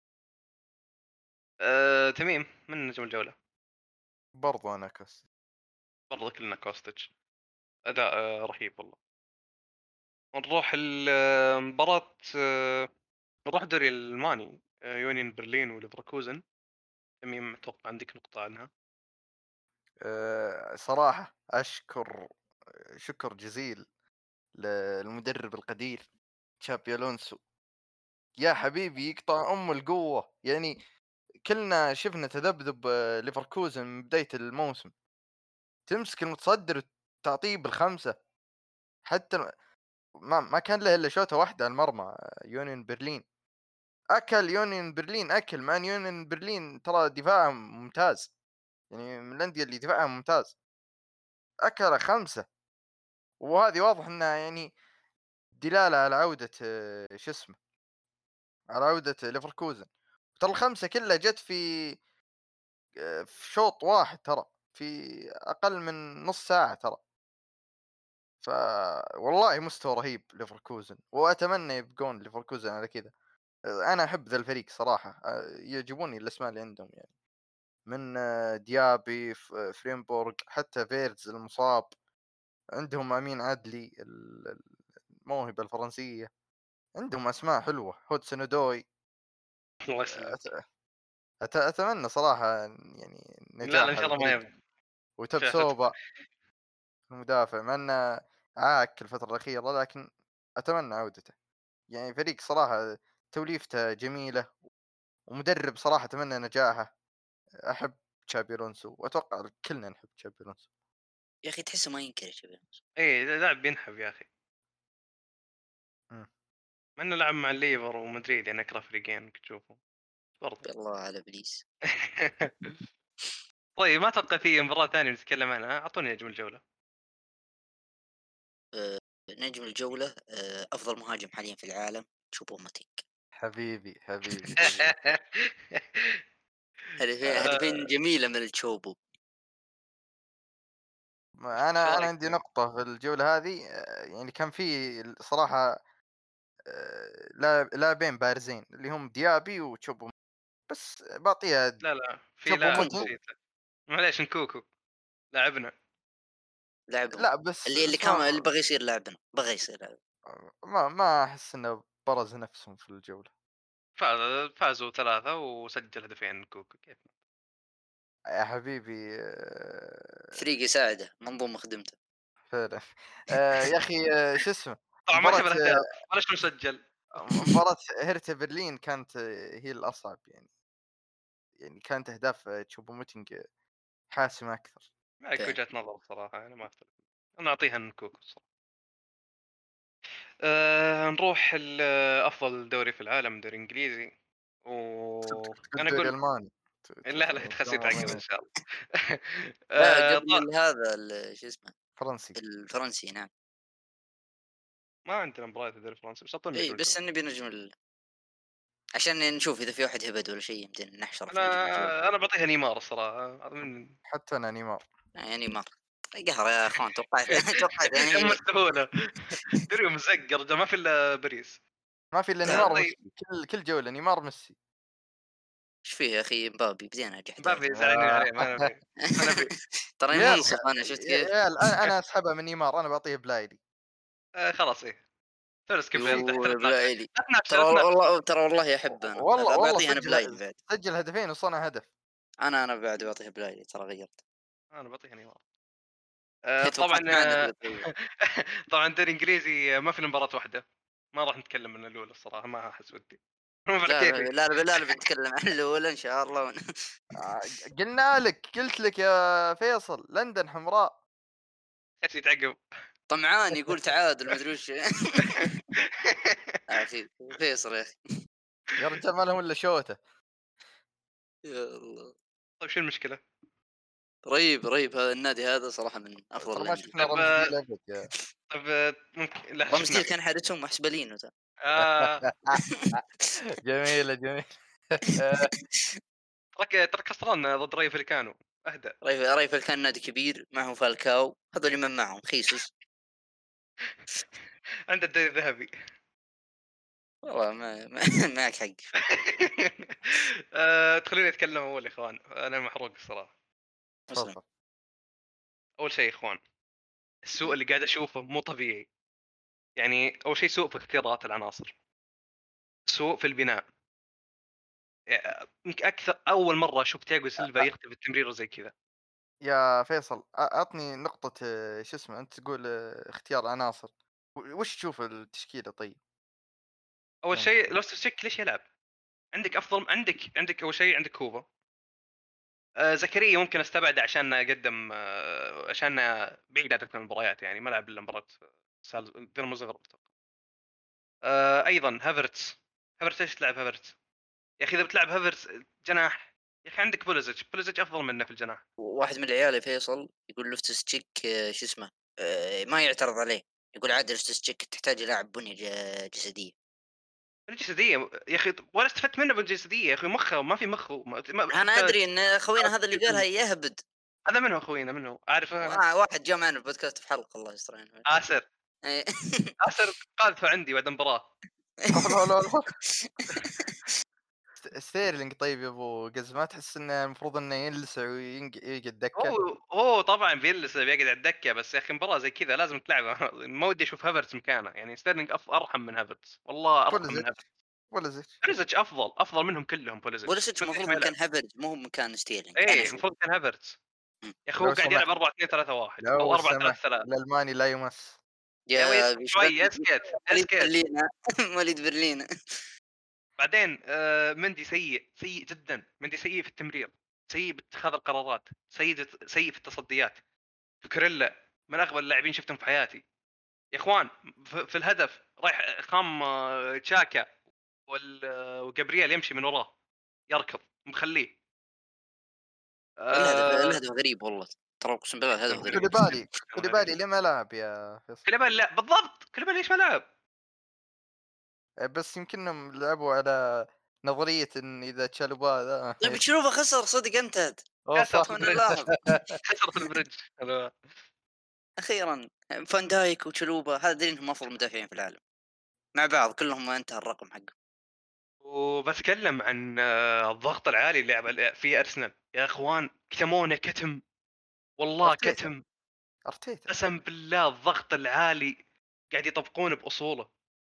تميم من نجم الجوله. برضو انا كاس. برضه كلنا كوستج، اداء رهيب والله. نروح المباراة، نروح الدوري الألماني، يونيون برلين وليفركوزن. تميم اتوقع عندك نقطة عنها. صراحة اشكر شكر جزيل للمدرب القدير تشابي الونسو. يا حبيبي يقطع القوة يعني. كلنا شفنا تذبذب ليفركوزن من بداية الموسم، تمسك المتصدر وتعطيه بالخمسة. حتى ما كان له الا شوطة واحدة على المرمى. يونيون برلين اكل، يونيون برلين اكل، مع ان يونيون برلين ترى دفاعها ممتاز، يعني من الاندية اللي دفاعها ممتاز. اكل خمسة، وهذه واضح انها يعني دلالة على عودة شو اسمه، على عودة ليفركوزن. ترى الخمسة كلها جت في شوط واحد، ترى في اقل من نص ساعة ترى. ف والله مستوى رهيب ليفركوزن، واتمنى يبقون ليفركوزن على كذا. انا احب ذا الفريق صراحة، يعجبوني الاسماء اللي عندهم يعني، من ديابي، فريمبورغ، حتى فيرتز المصاب. عندهم امين عدلي الموهبة الفرنسية. عندهم اسماء حلوة، هودسون أودوي. الله يسلمك. اتمنى صراحة يعني لا لا، نجاح ان هذا شاء الله ما الفريق. يبقى. وتبسوبا المدافع، مع انه عاك الفترة الأخيرة، لكن اتمنى عودته. يعني فريق صراحة توليفته جميلة، ومدرب صراحة اتمنى نجاحه. احب تشابي الونسو، واتوقع كلنا نحب تشابي الونسو. يا اخي تحسه ما ينكر يا شباب. ايه لاعب بينحب يا اخي، مم. مع انه لعب مع الليفر ومدريد، يعني اكره فريقين تشوفه برضه. الله على ابليس. طيب ما اتوقع في مباراة ثانية نتكلم عنها، اعطوني نجم الجولة. نجم الجولة افضل مهاجم حاليا في العالم شوبو ماتيك. حبيبي حبيبي حبيبي. هدفين جميلة من التشوبو. ايش انا رايك عندي فيه؟ نقطة في الجولة هذه. يعني كان في صراحة لاعبين بارزين اللي هم ديابي وتشوبو، بس بعطيها لا لا، في تشوبو لاعب كوكو موتينج. نسيته، معليش، نكوكو لاعبنا. لاعبهم. لا بس اللي بس كان اللي بغى يصير لاعبنا، بغى يصير لاعب. ما احس انه برز نفسهم في الجولة. فازوا 3 وسجل هدفين كوكو، كيف؟ يا حبيبي فريق يساعده، منظومة خدمته. فعلا. يا اخي شو اسمه، طبعا ما مباراة شاف الاهداف ولا شنو سجل. مباراة هيرتا برلين كانت هي الأصعب يعني. يعني كانت أهداف تشوبو موتينج حاسمة أكثر. معك فعلا. وجهة نظر صراحة، انا ما اختلف. انا اعطيها نكوكو الصراحة. نروح افضل دوري في العالم، دوري انجليزي. تقول انا دوري اقول ألماني. لا لا، تخسيت عقب ان ألماني. شاء الله. لا آه، قبل طا- هذا شو اسمه فرنسي. الفرنسي نعم. ما عندنا مباريات الدوري الفرنسي، بس اعطوني اي نجم بس الجوله. نبي نجم عشان نشوف اذا في واحد هبد ولا شيء يمدينا نحشر في نجم الجوله. انا بعطيها نيمار الصراحه، هذا من حتى انا نيمار. يعني ما قهر يا اخوان، توقعت توقعت كم يعني. السهوله. دري مزقر ما في الا باريس. ما في الا لا، نيمار طيب وميسي، كل جوله نيمار ميسي. ايش فيه يا اخي؟ مبابي بدينا جحدين. مبابي زعلانين آه. عليه، ما نبي ما نبي. ترى يا منصف انا، شفت يا كيف؟ يا انا اسحبها من نيمار، انا بعطيه بلايلي. خلاص ايه، سوي سكيب، وش فيك؟ لا تناقش بلايلي. لا تناقش ترى لا تناقش. والله، ترى والله احب انا والله بعطيه انا بلايلي سجل بعد. سجل هدفين وصنع هدف. انا بعد بعطيه بلايلي، ترى غيرت. انا بعطيها نيمار. طبعا توقعت معنا تغير. طبعا الدوري الانجليزي ما في إلا مباراه واحده، ما راح نتكلم من الاولى الصراحه، ما احس ودي. مو على لا لا كيفي. لا لا, لا, لا بنتكلم عن الاولى ان شاء الله آه، قلنا لك، قلت لك يا فيصل لندن حمراء. ايش يتعقب. طمعان يقول تعادل، ما ادري وش. اخي فيصل يا اخي. يا رجال ما لهم الا شوته. يا الله. طيب شو المشكله؟ رهيب رهيب، هذا النادي هذا صراحه من افضل ترى ما الانديه. شفنا طيب رمز ديل ابد يا. طيب ممكن لا رمز شفنا. ديل كان حارسهم محسبلين وذا. جميله جميله. ترى خسران ضد راي فالكانو، اهدى. رايفل كان نادي كبير، معهم فالكاو، هذول من معهم خيسوس. عنده الدوري الذهبي. والله معك حق. تخليني اتكلم اول يا اخوان، انا محروق الصراحه. مسلم. تفضل. اول شيء يا اخوان، السوء اللي قاعد اشوفه مو طبيعي. يعني اول شيء سوء في اختيارات العناصر، سوء في البناء. يمكن اكثر اول مره اشوف تياغو سيلفا يختفي التمريره زي كذا. يا فيصل اعطني نقطه، شو اسمه، انت تقول اختيار عناصر، وش تشوف التشكيله طيب؟ اول يعني شيء لو تشيك ليش يلعب؟ عندك افضل، عندك اول شيء عندك كوبا. زكريا ممكن استبعد عشان قدم عشان بعيد عدد من المباريات، يعني ما لعب الا مباراه دينامو زغرب. ايضا هافرتس ايش تلعب هافرتس؟ يا اخي اذا بتلعب هافرتس جناح، يا اخي عندك بوليزيتش افضل منه في الجناح. واحد من العيال يا فيصل يقول لوفتس تشيك، شو اسمه، ما يعترض عليه. يقول عاد لوفتس تشيك تحتاج لاعب بنية جسدية. الجسديه يا اخي، ولا استفدت منه بالجسديه يا اخي، مخه ما في مخه انا حتى ادري ان خوينا هذا اللي قالها يهبد. هذا منه اخوينا، منه عارفه انا. واحد جاء معنا البودكاست في حلقة، الله يستر عنه. آسر إيه. آسر قاذفه عندي بعد المباراه. لا لا لا. ستيرلينج طيب يا ابو قز، ما تحس انه المفروض انه يلسع ويقعد دكه؟ هو طبعا بيجلس بيقعد على الدكه، بس يا اخي مباراه زي كذا لازم تلعبها. ما ودي اشوف هافرتس مكانه، يعني ستيرلينج ارحم من هافرتس، والله ارحم من هافرتس. بوليزيتش بوليزيتش افضل منهم كلهم. بوليسيتش من المفروض ما يلعب. مكان هافرز، مو مكان ستيرلينج انا ايه اشوف. المفروض كان هافرتس. مم. يا اخي هو لو قاعد يلعب سمحت 4-2-3-1 او لو 4-3-3. سمحت الالماني لا يمس. يا ويل يا شوي، اسكت وليد اسكت. برلين. وليد برلين. بعدين مندي سيء جدا، مندي سيء في التمرير، سيء باتخاذ القرارات، سيء في التصديات. كوريلا من اغبى اللاعبين شفتهم في حياتي يا اخوان. في الهدف رايح خام تشاكا وجابرييل يمشي من وراه يركض مخليه. الهدف غريب والله، ترى اقسم بالله الهدف غريب. كوليبالي ليه ما لعب يا فيصل؟ كليبالي لا بالضبط، كليبالي ليش ما لعب؟ بس يمكنهم لعبوا على نظريه ان اذا تشالوبا ذا طيب تشوفه خسر صدق انت. اوه خسر صح. في تونا البريدج، نلاحظ. خسر في البريدج. اخيرا فان دايك وتشلوبا، هذا دليل انهم افضل مدافعين في العالم مع بعض، كلهم ما انتهى الرقم حقه. وبتكلم عن الضغط العالي اللي لعب فيه ارسنال يا اخوان، كتمونه كتم، والله ارتيتا كتم. ارتيتا قسم بالله الضغط العالي قاعد يطبقونه باصوله،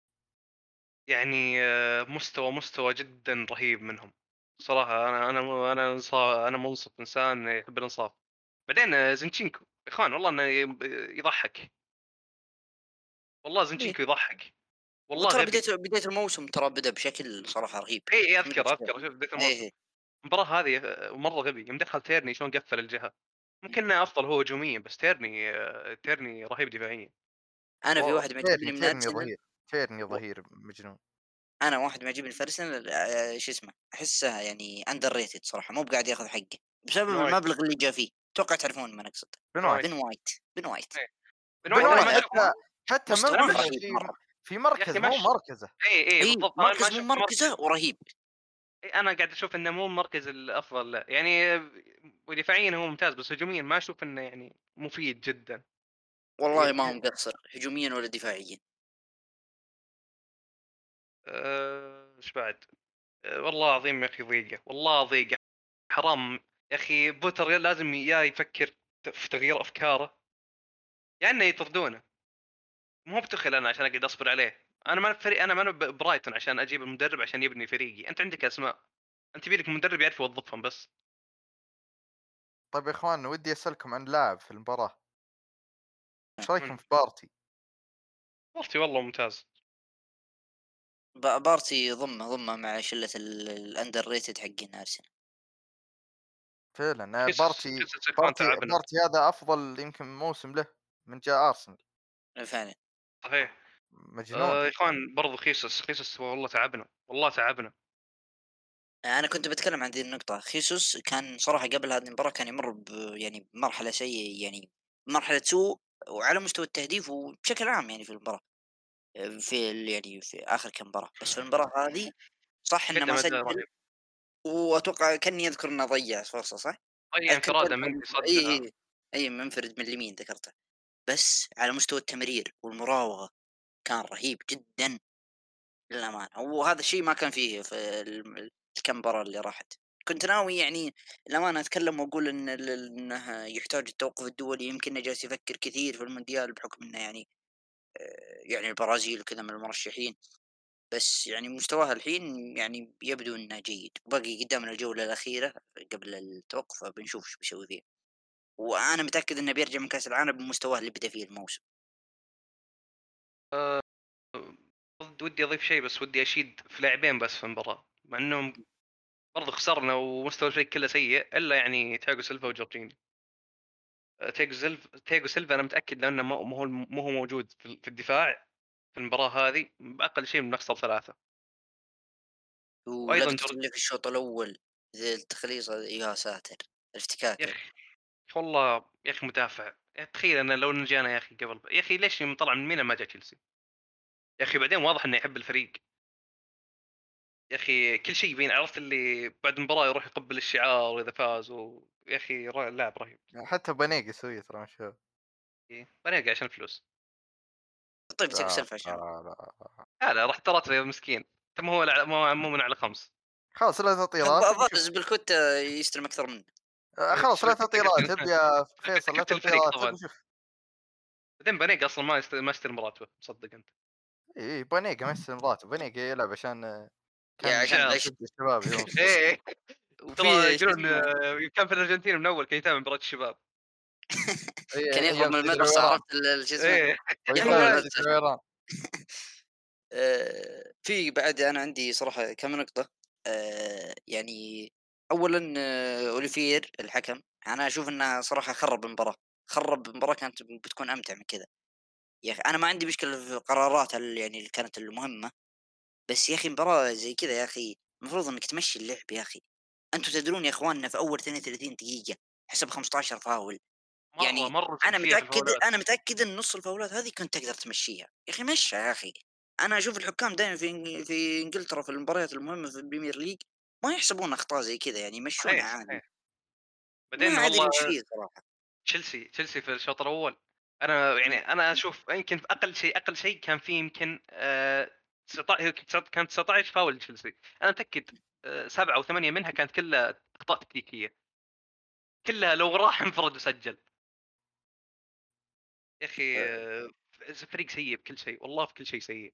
يعني مستوى جدا رهيب منهم صراحه. انا منصف، انسان يحب الانصاف. بعدين زنشينكو يا اخوان والله انه يضحك، والله إيه. زنشينكو يضحك، والله وترى غبي. بداية الموسم ترى بدا بشكل صراحه رهيب. اي من اذكر شوف بدايه الموسم، ايه. المباراه هذه مره غبي يوم دخل تيرني شلون قفل الجهه. ممكن انه افضل هو هجوميا، بس تيرني رهيب دفاعيا. انا في أوه، واحد معجبني من تيرني ارسنال. ظهير، تيرني ظهير مجنون. انا واحد معجبني في ارسنال، شو اسمه، احسه يعني اندر ريتد صراحه، مو بقاعد ياخذ حقه بسبب بن وايت المبلغ اللي جاء فيه. اتوقع تعرفون من اقصد. بن بن وايت وايت بن وايت. إيه. بن بن وايت انا ما وايت والله اشوفه. حتى مستوى أنا ما منفرد رهيب مرة. في يا مركز أخي مو ماشي. مركزه. إي إي بالضبط، أنا ما مركز مو شُفت مركزه مركز. ورهيب. أنا قاعد أشوف إنه مو المركز الأفضل له، يعني ودفاعيًا هو ممتاز، بس هجوميًا ما أشوف إنه يعني مفيد جدًا. والله ما يمكن هو مقصر هجوميا ولا دفاعيا. إيش بعد؟ والله العظيم يا أخي ضيقة، والله ضيقة، حرام. يا أخي بوتر لازم يا يفكر في تغيير أفكاره، يا إنه يطردونه. مو بتخل أنا عشان أقعد أصبر عليه. أنا ما فريق، أنا ما أنا برايتون عشان أجيب المدرب عشان يبني فريقي. أنت عندك أسماء، أنت يبي لك مدرب يعرف يوظفهم بس. طيب يا اخوان، ودي اسالكم عن لاعب في المباراه، ايش من رايكم في بارتي؟ مرتي والله ممتاز. بارتي ضمه مع شلة الاندر ريتد حقين ارسنال. فعلا خيسوس بارتي يا إخوان بارتي تعبنا. بارتي هذا افضل يمكن موسم له من جاء ارسنال. فعلا. صحيح. مجنون. يا إخوان برضو خيسوس والله تعبنا، والله تعبنا. انا كنت بتكلم عن ذي النقطة. خيسوس كان صراحة قبل هذه المباراة كان يمر يعني بمرحلة سيئة، يعني مرحلة سوء، وعلى مستوى التهديف وبشكل عام يعني في المباراة، يعني في اخر كم مباراة. بس في المباراة هذه صح انه قدم ما أداء سجل، رهيب. واتوقع كاني اذكر انه ضيع فرصة صح؟ أي كنت انفرادة اذكر مندي اي صدها. اي اي منفرد من اليمين ذكرته. بس على مستوى التمرير والمراوغة كان رهيب جدا للأمانة، وهذا الشيء ما كان فيه في الكم مباراة اللي راحت. كنت ناوي يعني للأمانة أتكلم وأقول إن إنه يحتاج التوقف الدولي، يمكن جالس يفكر كثير في المونديال بحكم إنه يعني يعني البرازيل وكذا من المرشحين. بس يعني مستواها الحين يعني يبدو إنه جيد، وباقي قدامنا الجولة الأخيرة قبل التوقف، بنشوف إيش بيسوي فيه. وأنا متأكد إنه بيرجع من كأس العالم بمستواه اللي بدأ فيه الموسم. ودي أضيف شيء، بس ودي أشيد في لاعبين بس في المباراة، مع إنهم برضو خسرنا ومستوى الفريق كله سيء، إلا يعني تياغو سيلفا وجورجينيو. تياغو سيلفا أنا متأكد لأنه مو هو موجود في الدفاع في المباراة هذه، بأقل شيء بنخسر 3. وأيضا ولقطة اللي في الشوط الأول ذي التخليصة يا ساتر، يا الافتكاك. أخي والله يا أخي مدافع. تخيل أنه لو نجانا يا أخي قبل، يا أخي ليش يوم طلع من ميلان ما جاء تشيلسي؟ يا أخي بعدين واضح إنه يحب الفريق. يا أخي كل شيء يبين، عرفت اللي بعد المباراة يروح يقبل الشعار إذا فاز يا أخي لاعب رهيب. حتى بنيق يسوي ترى مش هو. بنلقى عشان فلوس. طيب تيجي لا سالفة عشان لا لا. لا راح ترى يا مسكين. طب ما هو مو من على 5. خلاص لا تعطي راتب وشوف. الظاهر بالكوت يستلم أكثر منه. خلاص لا تعطي راتب يا فيصل، لا كابتن تعطي الفريق راتب طبعا. وشوف. بعدين بنيق اصلا ما يستلم راتبه، صدق انت. اي بنيق ما يستلم راتب، بنيق يلعب عشان يا كان عشان شعر. غش. ضد الشباب يوم ايه ترى وفي شو يقولون اسمه كان في الارجنتين من اول كان يتابع مباراه الشباب. كان يهرب ايام من سيد المدرسة، العويران. عرفت شو اسمه. ايه يا هو ويتابع حول سيد هذا. العويران. في بعد أنا عندي صراحة كم نقطة. يعني أولًا أوليفير الحكم، أنا أشوف إنه صراحة خرّب المباراة، خرّب المباراة كانت بتكون أمتع من كذا. يا أخي أنا ما عندي مشكلة في قراراته يعني اللي كانت المهمة، بس يا أخي مباراة زي كذا يا أخي المفروض إنك تمشي اللعب يا أخي. أنتم تدرون يا إخواننا في أول 32 دقيقة حسب 15 فاول. يعني مره أنا فيها في متأكد الفاولات. أنا متأكد إن نُص الفاولات هذه كنت تقدر تمشّيها، يا أخي مشّى يا أخي. أنا أشوف الحكام دايمًا في إنجلترا في المباريات المهمة في البريمير ليج ما يحسبون أخطاء زي كذا، يعني يمشّونها صحيح عادي. صحيح. ما بعدين أدري والله وش فيه صراحة. تشيلسي في الشوط الاول، انا يعني إمم. انا اشوف يمكن في اقل شيء كان في يمكن 19 فاول تشيلسي. انا متاكد 7 او 8 منها كانت كلها اخطاء تكتيكيه، كلها لو راح انفرد وسجل. يا اخي آآ فريق سيء بكل شيء، والله في كل شيء سيء.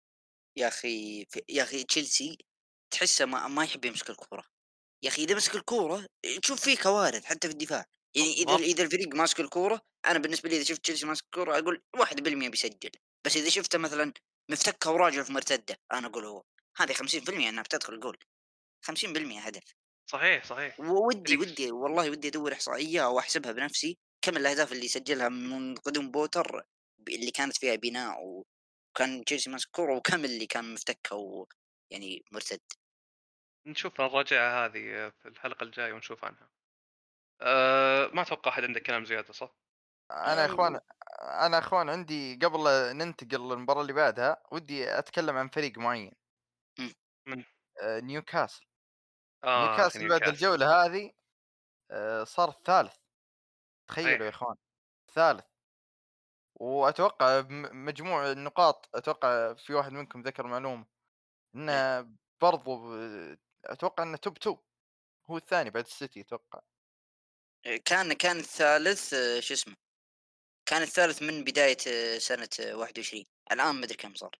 يا أخي تشيلسي تحسه ما يحب يمسك الكورة. يا أخي إذا مسك الكورة تشوف فيه كوارث حتى في الدفاع. يعني بالضبط. إذا الفريق ماسك الكورة، أنا بالنسبة لي إذا شفت تشيلسي ماسك الكورة أقول 1% بيسجل. بس إذا شفته مثلًا مفتكها وراجع في مرتدة، أنا أقول هو هذه 50% إنها بتدخل جول، 50% هدف. صحيح. وودي فريق ودي والله ودي أدور إحصائية أو أحسبها بنفسي كم الأهداف اللي سجلها من قدوم بوتر اللي كانت فيها بناء وكان تشيلسي ماسك الكورة، وكم اللي كان مفتكها ويعني مرتد. نشوف نراجعها هذه في الحلقه الجايه ونشوف عنها. ما اتوقع احد عنده كلام زياده، صح؟ انا يا اخوان انا اخوان عندي قبل ننتقل للمباراة اللي بعدها ودي اتكلم عن فريق معين. إمم. من نيوكاسل. يا اخي نيوكاسل بعد نيوكاسل الجولة هذه صار الثالث. تخيلوا يا صحيح. اخوان، ثالث. واتوقع مجموع النقاط، اتوقع في واحد منكم ذكر معلومة إيه. انه برضو اتوقع انه توب 2، هو الثاني بعد السيتي اتوقع. كان الثالث شو اسمه، كان الثالث من بداية سنة 21. الآن ما أدري كم صار.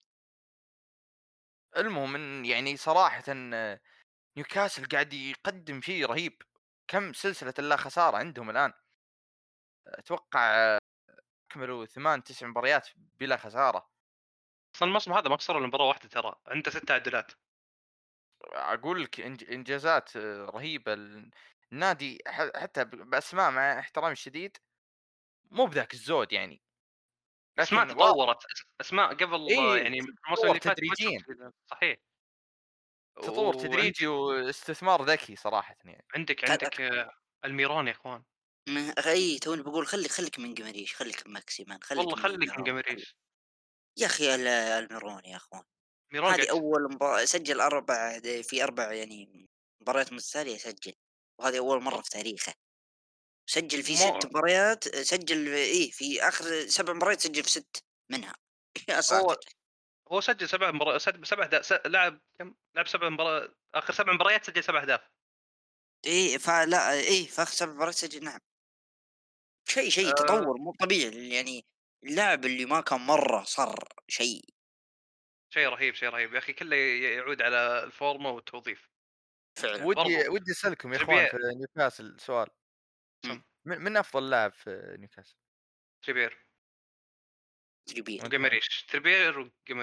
المهم إن يعني صراحة نيوكاسل قاعد يقدم شيء رهيب. كم سلسلة اللا خسارة عندهم الآن؟ اتوقع كملوا 8 9 مباريات بلا خسارة. اصلا الموسم هذا ما خسروا الا مباراه واحده، ترى عنده 6 تعادلات. اقول لك انجازات رهيبة. النادي حتى باسماء، مع احترامي الشديد، مو بذاك الزود يعني، اسماء لكن واضح. تطورت، اسماء قبل اي، يعني الموسم تطور اللي فات ما تدريجيا، تشوف كذا. صحيح. تطور وعندك تدريجي واستثمار ذكي صراحة يعني. كان عندك الميران يا اخوان. أي توني باقول خلّيك من قمريش، خلّيك من ماكسيمان، والله خلّيك من خليك من الميرون، قمريش. يا أخي الميرون يا أخوان. ميران هذه قاعد أول سجّل في 4 يعني مباريات متتالية يسجّل، وهذه أول مرّة في تاريخه. سجّل في مو 6 مباريات، سجّل في آخر 7 مباريات سجّل في 6 منها. يا هو ساتر! هو سجل 7 مباريات، 7 لعب كم؟ لعب 7 مباريات، اخر 7 مباريات سجل 7 اهداف. فلا في آخر 7 مباريات سجّل، نعم. شيء آه، تطوّر مو طبيعي يعني. اللاعب اللي ما كان مرّة صار شيء. شيء رهيب، شيء رهيب يا اخي، كله يعود على الفورمه والتوظيف. فعلًا. برضو ودي اسالكم يا اخوان تريبير. في نيوكاسل سؤال. إمم. من افضل لاعب في نيوكاسل؟ تريبير تريبير. اوكي. وجماريش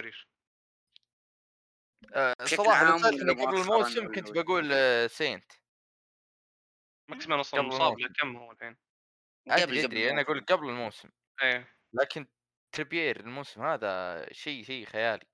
بشكل صراحة لو عام سألتني والّا قبل مؤخرًا الموسم والّا كنت بقول سينت. ماكسيمان اصلا قبل مصاب له الموسم. كم هو الحين. قبل ادري انا اقول الموسم. لك قبل الموسم. ايه. لكن تريبير الموسم هذا شيء خيالي.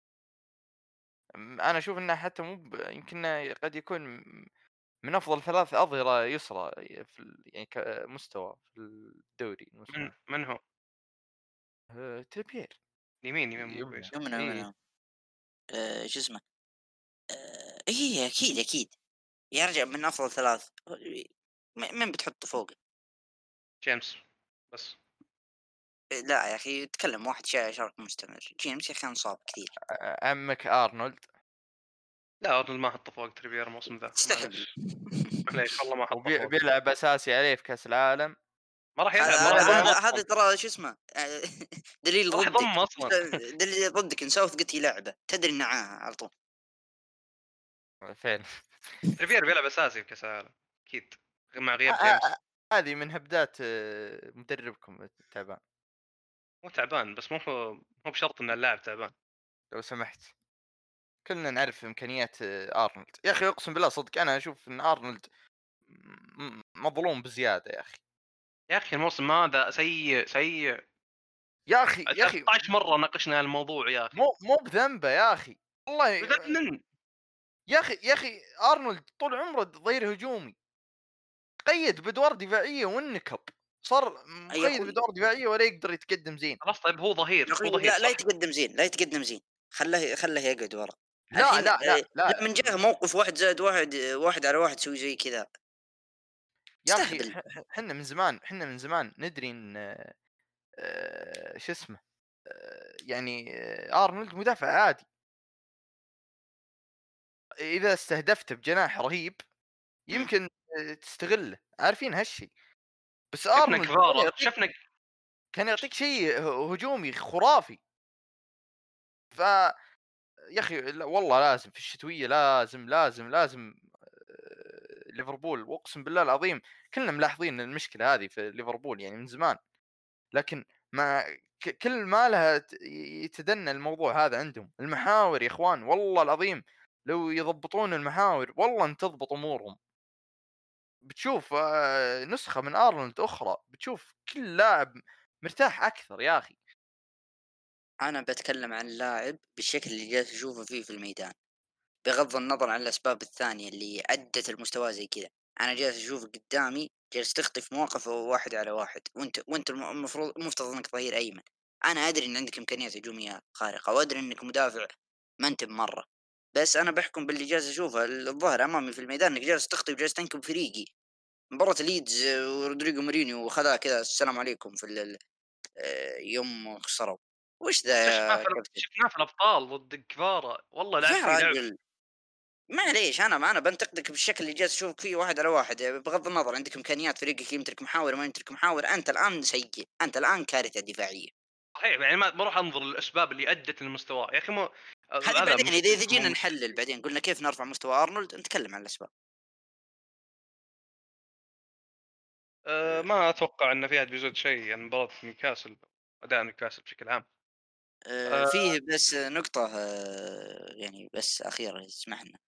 انا اشوف انه حتى مو يمكن إنه قد يكون من افضل 3 اظهرة يسرى في يعني كمستوى في الدوري الموسم هذا. من هو؟ تريبير. يمين مو يمنى. بيسار. اي. يمنى. شو اسمه، أكيد. يا رجل من أفضل 3. مين بتحطه فوقه؟ جيمس بس. لا يا أخي تكلم واحد شارك مستمر. جيمس يا أخي انصاب كثير. عمك ارنولد. لا ارنولد ما حطه فوق تريبير الموسم ذا، تستهبل. معليش. معليش والله ما حطه فوق. وبيلعب اساسي عليه في كاس العالم. ما راح هذا يلعب، ما راح ولا يضم ضم. هذا اصلا. ترى شو اسمه دليل ما راح ضدك. يضم اصلا. دليل ضدك إن ساوث جيت يلعبه تدري نعاه على طول. فين؟ تريبير بيلعب اساسي في كاس العالم اكيد مع آه، غياب آه، جيمس. هذه من هبدات مدربكم التعبان. مو تعبان، بس مو بشرط ان اللاعب تعبان. لو سمحت، كلنا نعرف امكانيات ارنولد يا اخي. اقسم بالله صدق انا اشوف ان ارنولد مظلوم بزياده يا اخي. يا اخي الموسم هذا سيء سيء. يا اخي 13 مره ناقشنا الموضوع يا اخي. مو بذنبه يا اخي والله. بذنب. يا اخي ارنولد طول عمره ظهير هجومي، قيد بادوار دفاعيه والنكب، صار يا مقيد أخوي، بادوار دفاعيه ولا يقدر يتقدم زين. خلاص طيب هو يا ظهير، أخوي، هو ظهير لا صح. يتقدم زين، لا يتقدم زين. خله يقعد ورا. لا الحين لا لا لا لمن جاه موقف 1+1 1 على 1 تسوي زي كذا. يا اخي تستهبل. احنا من زمان ندري ان شو اسمه يعني ارنولد مدافع عادي اذا استهدفته بجناح رهيب إمم. يمكن تستغله، عارفين هالشيء. بس شفنا ارنولد كفاره، شفنا كان يعطيك شيء هجومي خرافي. ف يا اخي والله لازم في الشتويه، لازم ليفربول. واقسم بالله العظيم كلنا ملاحظين المشكله هذه في ليفربول يعني من زمان. لكن ما كل ما لها يتدنى الموضوع هذا عندهم المحاور يا اخوان. والله العظيم لو يضبطون المحاور والله ان تضبط امورهم. بتشوف نسخة من ارنولد اخرى، بتشوف كل لاعب مرتاح اكثر يا اخي. أنا باتكلم عن اللاعب بالشكل اللي جالس أشوفه فيه في الميدان، بغض النظر عن الأسباب الثانية اللي أدت المستوى زي كذا. أنا جالس أشوفه قدامي جالس تخطي في مواقف واحد على واحد، وأنت المفترض إنك ظهير أيمن. أنا أدري إن عندك إمكانيات هجومية خارقة، وأدري إنك مدافع ما أنت بمرة، بس أنا باحكم باللي جالس أشوفه الظاهر أمامي في الميدان، إنك جالس تخطي وجالس تنكب فريقي. مباراة ليدز ورودريجو مورينيو خذاها كذا السلام عليكم في يوم خسروا. وش ذا يا كابتن؟ شفناه في الابطال ضد كفارة، والله لعب يا فيه لعب. رجل معليش، أنا بانتقدك بالشكل اللي جالس أشوفك فيه واحد على واحد، بغض النظر عندك إمكانيات فريقك يمتلك محاور ما يمتلك محاور، أنت الآن سيء، أنت الآن كارثة دفاعية. صحيح، يعني ما اروح انظر للاسباب اللي ادت للمستوى يا اخي. هذه هذا بعدين إذا مو جينا مشكلة. نحلل بعدين قلنا كيف نرفع مستوى أرنولد نتكلم عن الأسباب. ما اتوقع ان فيها بيزود شيء يعني مباراة نيوكاسل، اداء نيوكاسل بشكل عام. آه، فيه بس نقطة يعني بس أخيرة اسمح لنا.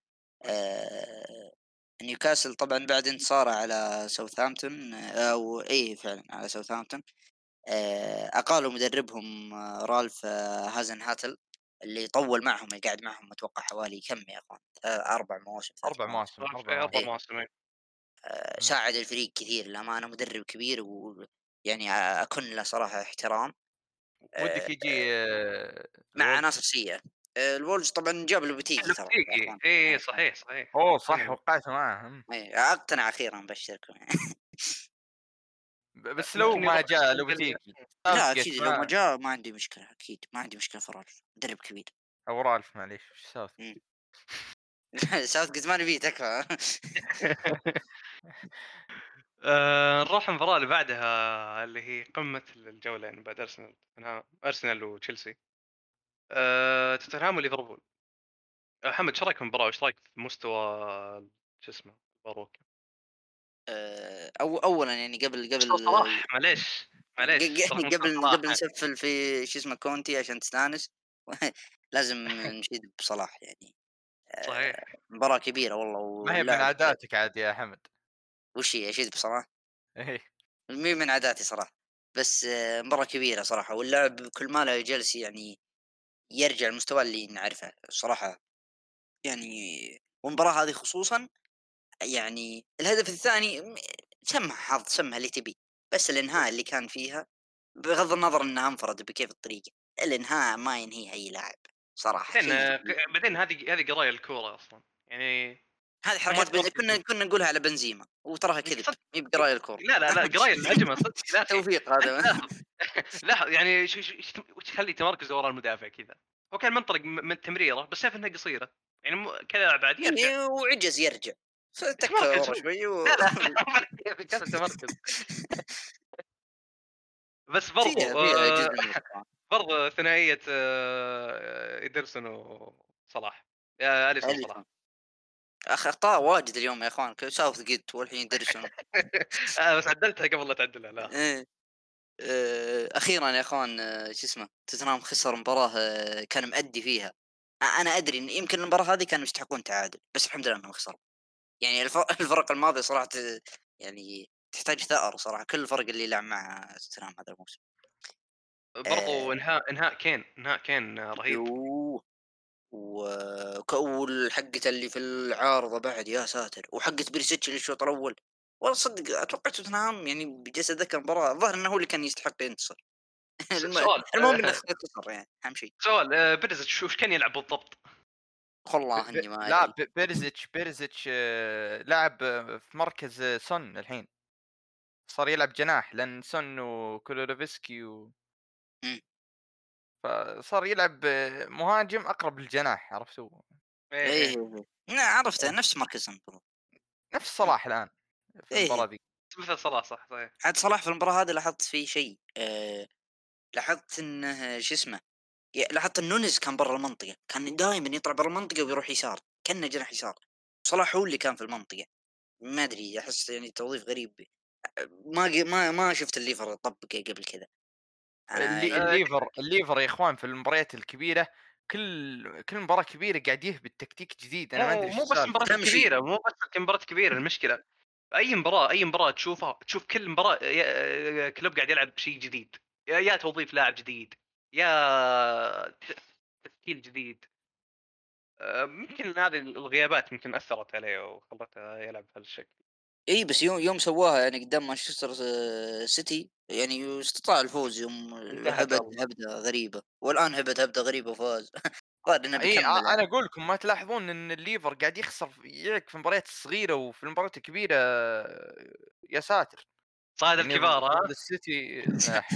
نيوكاسل طبعًا بعد انتصاره على ساوثهامبتون أو إيه فعلًا على ساوثهامبتون، أقالوا مدربهم رالف هازنهاتل اللي طوّل معهم، قعد معهم أتوقع حوالي كم يا أخوان 4 مواسم 3 4 مواسم. مواسم 4 في اربع مواسم. إيه. مواسم. إمم. ساعد الفريق كثير للأمانة، مدرب كبير ويعني أكن له صراحة احترام. ودك آآ يجي مع الولفز؟ عناصر سيئة. الWolves طبعًا جاب لوبوتيجي ترى يا لوبتيجي، أخوان في اي النهاية صحيح صحيح. أوه صح، إيه. وقعت معاه. أقتنع أخيرًا أبشركم يعني. بس لو ممكن ما يروح جاء بال- لوبتيجي لا ساوثجيت أكيد لو ما ما جاء ما عندي مشكلة، أكيد ما عندي مشكلة في رالف، مدرب كبير. أو رالف، معليش وش إمم. ساوثجيت؟ Southgate ما نبيه تكفى. نروح المباراة اللي بعدها اللي هي قمة الجولة يعني بعد أرسنال وتشيلسي. توتنهام وليفربول. محمد ايش رايك في المباراة وايش رايك في مستوى شو اسمه باروك؟ أولًا يعني مستوى صلاح، معليش صلاح مستوى قبل صلاح. نسفل في شو اسمه كونتي عشان تستانس. لازم نشيد بصلاح يعني. صحيح. مباراة كبيرة والله ما هي من واللاعب. عاداتك عاد يا حمد. وش هي أشيد بصلاح؟ إيه. مي من عاداتي صراحة، بس مباراة كبيرة صراحة، واللاعب كل ما له جالس يعني يرجع لمستواه اللي نعرفه صراحة يعني. والمباراة هذه خصوصًا يعني الهدف الثاني سمّها حظ، سمّها اللي تبيه، بس الإنهاء اللي كان فيها بغض النظر إنه انفرد بكيف الطريقة، الإنهاء ما ينهيها أي لاعب صراحة بعدين شيء جميل. بعدين هذه قرايه الكوره اصلا يعني. هذه وما حركات تركز كنا نقولها على بنزيما وتراها كذب، صدق. مي بقراية الكورة. لا قرايه الهجمه صدق يا اخي. توفيق انت هذا. لاحظ. لاحظ يعني وش تخلي تمركزه ورا المدافع كذا. هو كان منطلق من التمريره بس شاف انها قصيره، يعني كذا بعد يرجع. إيه وعجز يرجع، فتكة تمركز ورا هو. شوي لا كان تمركز. بس برضو فيها جزء من الإتقان. برضو ثنائيه إيدرسون وصلاح، يا اليسون صلاح. أليسون أخطاء واجد اليوم يا أخوان، Southgate والحين إدرسون. بس عدلتها قبل لا تعدلها لا. إيه. أخيرًا يا أخوان شو اسمه، توتنهام خسر مباراة كان مأدي فيها. أنا أدري إن يمكن المباراة هذه كانوا يستحقون تعادل، بس الحمد لله إنهم خسروا. يعني الفرق الماضية صراحة يعني تحتاج ثأر صراحة، كل الفرق اللي لعب معها توتنهام هذا الموسم. برضو آآ انهاء كين رهيب. يوه! حقته اللي في العارضة بعد يا ساتر، وحقة بريسيتش الشوط الأول. والله صدق أتوقع توتنهام يعني بجلس أتذكر المباراة الظاهر إنه هو اللي كان يستحق ينتصر. سؤال المهم إنه خسر يعني أهم شيء. بيريز وش كان يلعب بالضبط؟ والله إني ما لا أدري. بيريزيتش لعب في مركز سون الحين. صار يلعب جناح لأن سون وكولوروفسكي إمم. فصار يلعب مهاجم أقرب للجناح، عرفتوا؟ ايه إيه، ايه. إيه. عرفته إيه. نفس مركزهم بالضبط. نفس إمم. صلاح الآن في إيه، إيه. المباراة ذي. مثل صلاح صح صحيح. عاد صلاح في المباراة هذه لاحظت فيه شيء لاحظت إنه شو اسمه، لاحظت إن نونيز كان برا المنطقة، كان دايمًا يطلع برا المنطقة ويروح يسار، كأنه جناح يسار. صلاح هو اللي كان في المنطقة. ما أدري أحس يعني توظيف غريب. ما شُفت الليفر يطبّقه قبل كذا. أنا يعني آه، الليفر يا إخوان في المباريات الكبيرة كل مباراة كبيرة قاعد يهبط تكتيك جديد، أنا ما أدري مو إيش مو بس السالفة. المباراة تمشي. الكبيرة، مو بس المباراة الكبيرة المشكلة. اي مباراة تشوفها تشوف كل مباراة كلوب قاعد يلعب بشيء جديد. يا توظيف لاعب جديد، يا تشكيل جديد. يمكن هذه الغيابات يمكن اثرت عليه وخلته يلعب بهذا الشكل. اي بس يوم سواها يعني قدام مانشستر سيتي يعني استطاع الفوز يوم انتهت هبد والله. هبده غريبه، والان هبده غريبه وفاز. الظاهر انه اي بيكمل انا يعني. اقول لكم ما تلاحظون ان الليفر قاعد يخسر يلعب في المباريات الصغيره وفي المباريات الكبيره يا ساتر. صاد يعني الكبار ضد ها. السيتي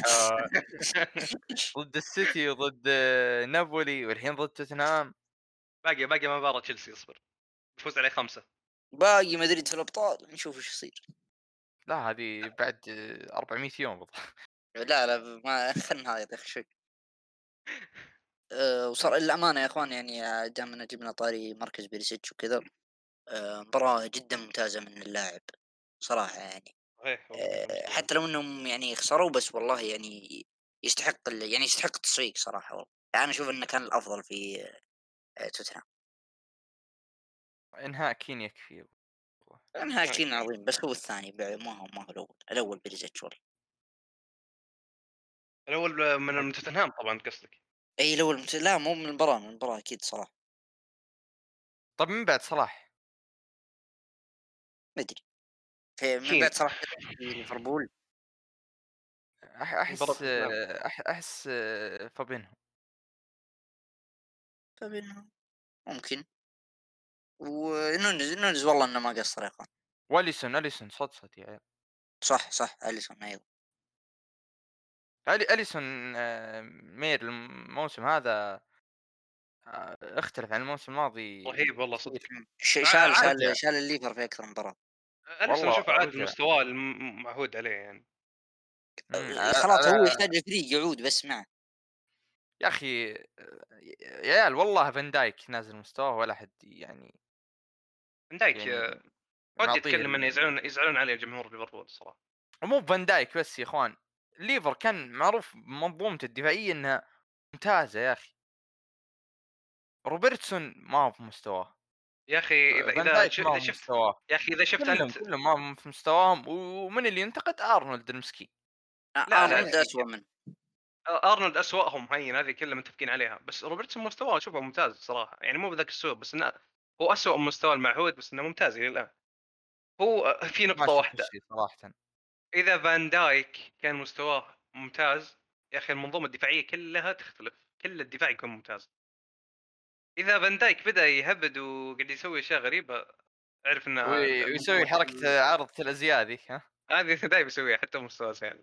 ضد السيتي وضد نابولي والحين ضد توتنهام. باقي مباراة تشيلسي، اصبر يفوز عليه 5. باقي مدريد في الابطال نشوف ايش يصير. لا هذه بعد 400 يوم بالضبط. لا لا ما خلنا هذا يا اخي شوي. وصار الأمانة يا أخوان يعني دامنا جبنا طاري مركز بيريسيتش وكذا. مباراة جدا ممتازة من اللاعب صراحة يعني. صحيح والله جدا مستوى. حتى لو انهم يعني خسروا بس والله يعني يستحق يعني يستحق التصفيق صراحة والله. يعني أنا أشوف إنه كان الأفضل في توتنهام. انهاء كين يكفي والله. لأنها كين عظيم بس هو الثاني ما هو الأول بيريزيتش والله. الاول من توتنهام طبعا قصدك. أي الأول لا مو من المباراة أكيد صراحة. طب من بعد صلاح ما أدري من كين. بعد صراحة في ليفربول. مباراة احس توتنهام. احس فابينهو. فبينهم ممكن. ونونز والله إنه ما قصر يا أخوان. واليسون صدصت يا عيال. صح أليسون أيضا. اليسون مير الموسم هذا اختلف عن الموسم الماضي رهيب والله صدق. كثير. شال شال رجع شال الليفر في أكثر من مباراة. اليسون والله اشوف عاد رجع. المستوى المعهود عليه يعني. خلاص هو على يحتاج الفريق يعود بس معه. يا اخي يا عيال والله فان دايك نازل مستواه ولا حد عندك يعني ودي معطيه يتكلم انه يزعلون عليه جمهور ليفربول الصراحه. مو فان دايك بس يا اخوان. ليفر كان معروف بمنظومته الدفاعيه انها ممتازه يا اخي. روبرتسون ما هو في مستواه. يا اخي اذا فان اذا دايك ش- ما اذا هو في شفت مستواه. يا اخي اذا شفت كلهم انت. كلهم ما هم في مستواهم ومن اللي ينتقد ارنولد المسكين. لا ارنولد دقيقه. اسوء منه. ارنولد اسوأهم هين، هذه كلها متفقين عليها، بس روبرتسون مستواه اشوفه ممتاز صراحه، يعني مو بذاك السوء بس انه هو اسوأ من مستوى المعهود، بس انه ممتاز الى الان. هو في ما نقطه شفت واحده. الشيء صراحه. اذا فان دايك كان مستواه ممتاز، يا اخي المنظومه الدفاعيه كلها تختلف، كل الدفاع يكون ممتاز. اذا فان دايك بدا يهبد وقاعد يسوي اشياء غريبه، اعرف ان ويسوي المنظومه حركه عرض الازياء ذي ها. هذه دايم يسويها حتى مستوى سهل.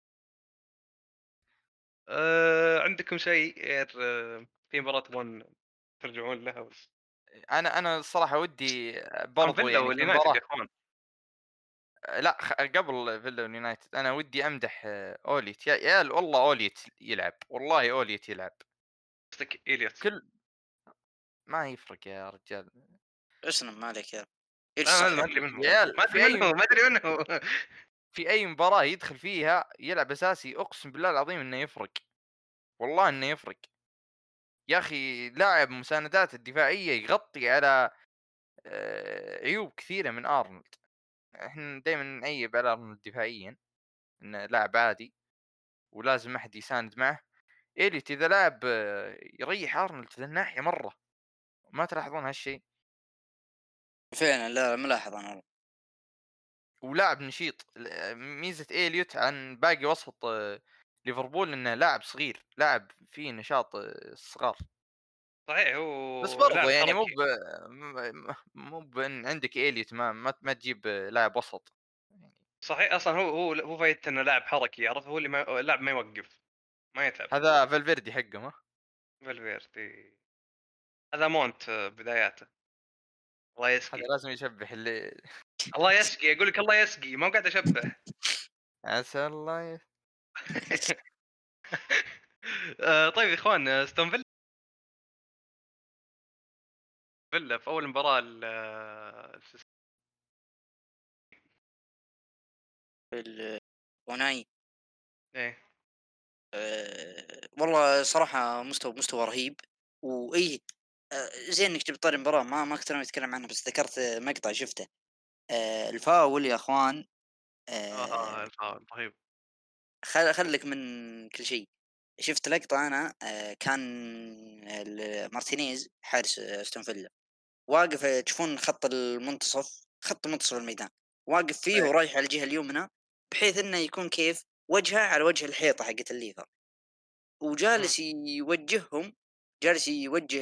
عندكم شيء غير في مباراة تبغون ترجعون لها بس؟ انا الصراحه ودي استون برضو فيلا يعني في واليونايتد مباراه. يا اخوان. لا قبل فيلا يونايتد انا ودي امدح اوليت يا عيال والله اوليت يلعب والله اوليت يلعب. قصدك إيليوت. كل ما يفرق يا رجال. اسلم ما عليك يا ايش لا صح ما يعني. ادري منه يا والله، عيال ما ادري منه ما ادري منه. في اي مباراه يدخل فيها يلعب اساسي اقسم بالله العظيم انه يفرق. والله انه يفرق. يا اخي لاعب مساندات الدفاعيه يغطي على عيوب كثيره من ارنولد. احنا دائما نعيب على ارنولد دفاعيا انه لاعب عادي ولازم احد يساند معه. إيليت إذا لعب يريح أرنولد في ذا الناحية مرة. ما تلاحظون هالشيء؟ فعلا لا ملاحظ انا والله. ولاعب نشيط. ميزة إيليوت عن باقي وسط ليفربول إنه لاعب صغير، لاعب فيه نشاط الصغار. صحيح بس هو برضه لاعب يعني حركي. مو بإن عندك إيليوت ما تجيب لاعب وسط. يعني صحيح اصلا هو فايدته انه لاعب حركي، عرفت، هو اللي لاعب ما يوقف، ما يتعب. هذا فالفيردي حقهم ها. فالفيردي هذا مونت بداياته. الله هذا يسقي. لازم يشبح اللي الله يسقي اقول لك، الله يسقي ما قاعد اشبه. عسى الله طيب يا اخوان، ستون فيلا في اول مباراه وناي. ايه. والله صراحة مستوى رهيب. وإيه زين إنك جبت طاري المباراة ما كنت ناوي أتكلم عنها بس ذكرت مقطع شفته. الفاول يا أخوان. اه آه الفاول رهيب. خلّك من كل شيء. شُفت لقطة أنا كان مارتينيز حارس أستون فيلا واقف تشوفون خط منتصف الميدان. واقف فيه إيه. ورايح على الجهة اليمنى، بحيث إنه يكون كيف وجهه على وجه الحيطة حقت الليفر، إمم. وجالس يوجههم، جالس يوجه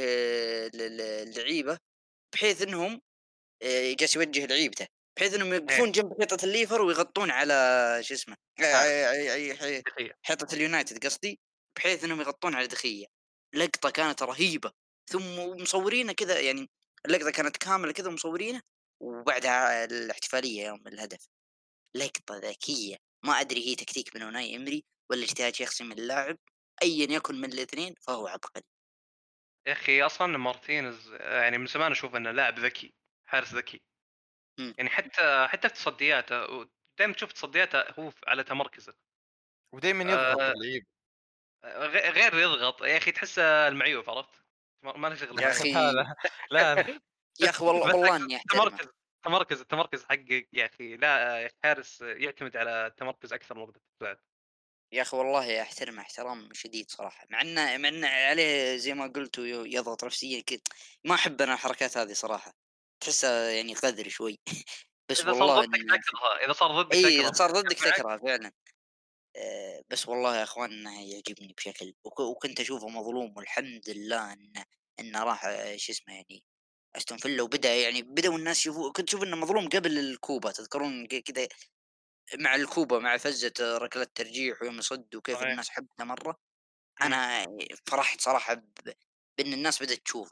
اللعيبة بحيث إنهم جالس يوجه لعيبته، بحيث إنهم إيه. يوقفون جنب حيطة الليفر ويغطون على شو اسمه حارس دقيقة. حيطة اليونايتد قصدي، بحيث إنهم يغطون على دخية. لقطة كانت رهيبة، ثم مصورينه كذا يعني، اللقطة كانت كاملة كذا ومصورينه، وبعدها الاحتفالية يوم الهدف. لقطة ذكية، ما أدري هي تكتيك من أوناي إمري والّا اجتهاد شخصي من اللاعب، أيًا يكن من الاثنين فهو عبقري. يا أخي أصلًا مارتينيز يعني من زمان أشوف إنه لاعب ذكي، حارس ذكي. إمم. يعني حتى في تصدياته دايمًا تشوف تصدياته هو على تمركزه. ودايما يضغط آآ اللعيبه. غير يضغط، يا أخي تحسه المعيوف، عرفت؟ ما له شغل يا معي. لا أخي، لا لا لا. يا أخي والله بس والله أقصد إني أحترمه. التمركز حقك يا أخي، لا يا أخي حارس يعتمد على التمركز أكثر من ردة الفعل. يا أخي والله أحترمه احترام شديد صراحة، مع إنه عليه زي ما قُلت يضغط نفسيًا ما أحب أنا الحركات هذه صراحة، تحسها يعني غدر شوي. بس إذا صار والله ضدك إنه تكرهه، إذا صار ضدك إي إذا تكرهه، صار يلعب ضدك معك. تكرهه فعلًا. بس والله يا أخوان إنه يعجبني بشكل، وكنت أشوفه مظلوم، والحمد لله إنه راح شو اسمه يعني أستون فيلا، وبدأ يعني بدأوا الناس يشوفوه. كنت أشوف إنه مظلوم قبل الكوبا، تذكرون كذا مع الكوبا مع فزة ركلة ترجيح ويوم يصد وكيف صحيح. الناس حبته مرة. إمم. أنا فرحت صراحة بإن الناس بدأت تشوفه.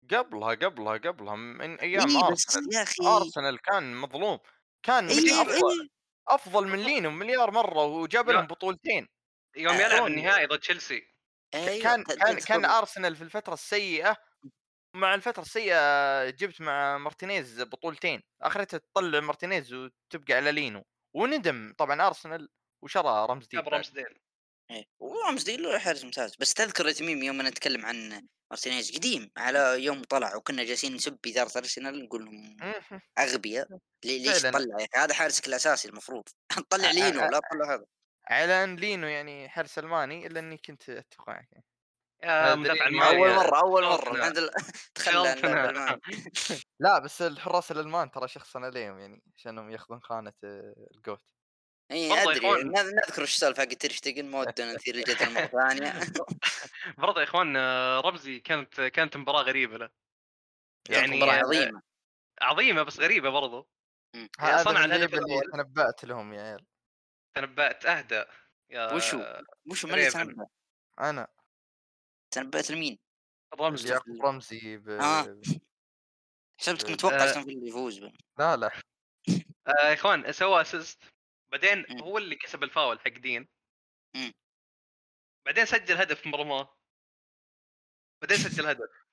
قبلها من ايام إي بس ارسنال. يا أخي، ارسنال كان مظلوم، كان إي من دقيقة. افضل، إي افضل من بالضبط. لينو مليار مره، وجاب يو لهم بطولتين. يوم يلعب آآ شلون النهائي ضد تشيلسي. أيوه كان تذكر. ارسنال في الفتره السيئه، مع الفتره السيئه جبت مع مارتينيز بطولتين، اخرتها تطلع مارتينيز وتبقى على لينو، وندم طبعا ارسنال وشرى رمزديل جاب بعد. رامسديل. إيه، ورامسديل حارس ممتاز. بس تذكر يا تميم يوم نتكلم عن مارتينيز قديم على يوم طلع، وكنا جالسين نسب إدارة أرسنال نقول لهم مهم. أغبياء، ليش فعلا. تطلع يا أخي هذا حارسك الأساسي المفروض. ع- طلع لينو ع- لا تطلع هذا. على ان لينو يعني حارس الماني، الا اني كنت اتفق معك يعني. يا هذا مدافع دليل اني أول ألمانيا مرة أول مرة شرفنا، الحمد لله تخلى عن لاعب شرفنا. ألماني. لا بس الحراس الالمان ترى شخصنا عليهم يعني عشانهم ياخذون خانه الجوت. إي برضه يا أدري، إخوان. نذكر وش السالفة حق تير شتيجن، ما ودنا نثير الجدل مرة ثانية. برضه يا إخوان، رمزي كانت مباراة غريبة له. يا كانت اخي مباراة يعني عظيمة. عظيمة بس غريبة برضه. مم. هذا من صنع الهدف اللعيبه اللي الأول. تنبأت لهم يا عيال. تنبأت أهدى وشو يا وشو من اللي ريفن. تنبأ؟ انا تنبأت لمين؟ رمزي. يعقوب رمزي آه، حسبتك ب... متوقع آه. أستون فيلا يفوز لا لا. يا إخوان سوى أسيست، بعدين مم. هو اللي كسب الفاول حق دين، مم. بعدين سجل هدف في مرماه، بعدين سجل هدف.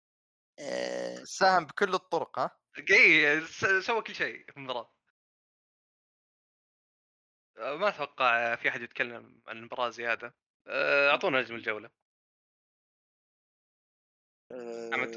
آه، ساهم بكل الطرق ها. سوى كل شيء في المباراة. ما أتوقع في أحد يتكلم عن المباراة زيادة. أعطونا نجم الجولة. حمد.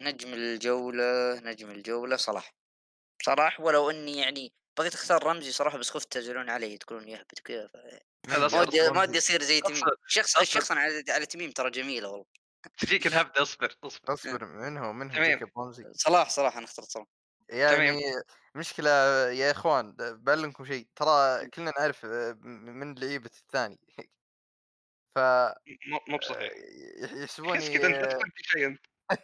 نجم الجولة صلاح. صلاح، ولو إني يعني بغيت أختار رمزي صراحة، بس خُفت تزعلون علي تقولون يهبط وكذا، من أصبر ما أصبر ودي أصير زي تميم. أصبر أصبر شخصًا على تميم ترى جميلة والله. تجيك الهبدة. أصبر. أه، اصبر، منه تمام. جيكوب رمزي صلاح أنا اخترت صلاح. تمام. يعني. مشكلة يا اخوان، بعلمكم شيء ترى كلنا نعرف من لعيبة الثاني. ف مو بصحيح. يحسبوني اسكت أنت، لا تقول في شيء أنت.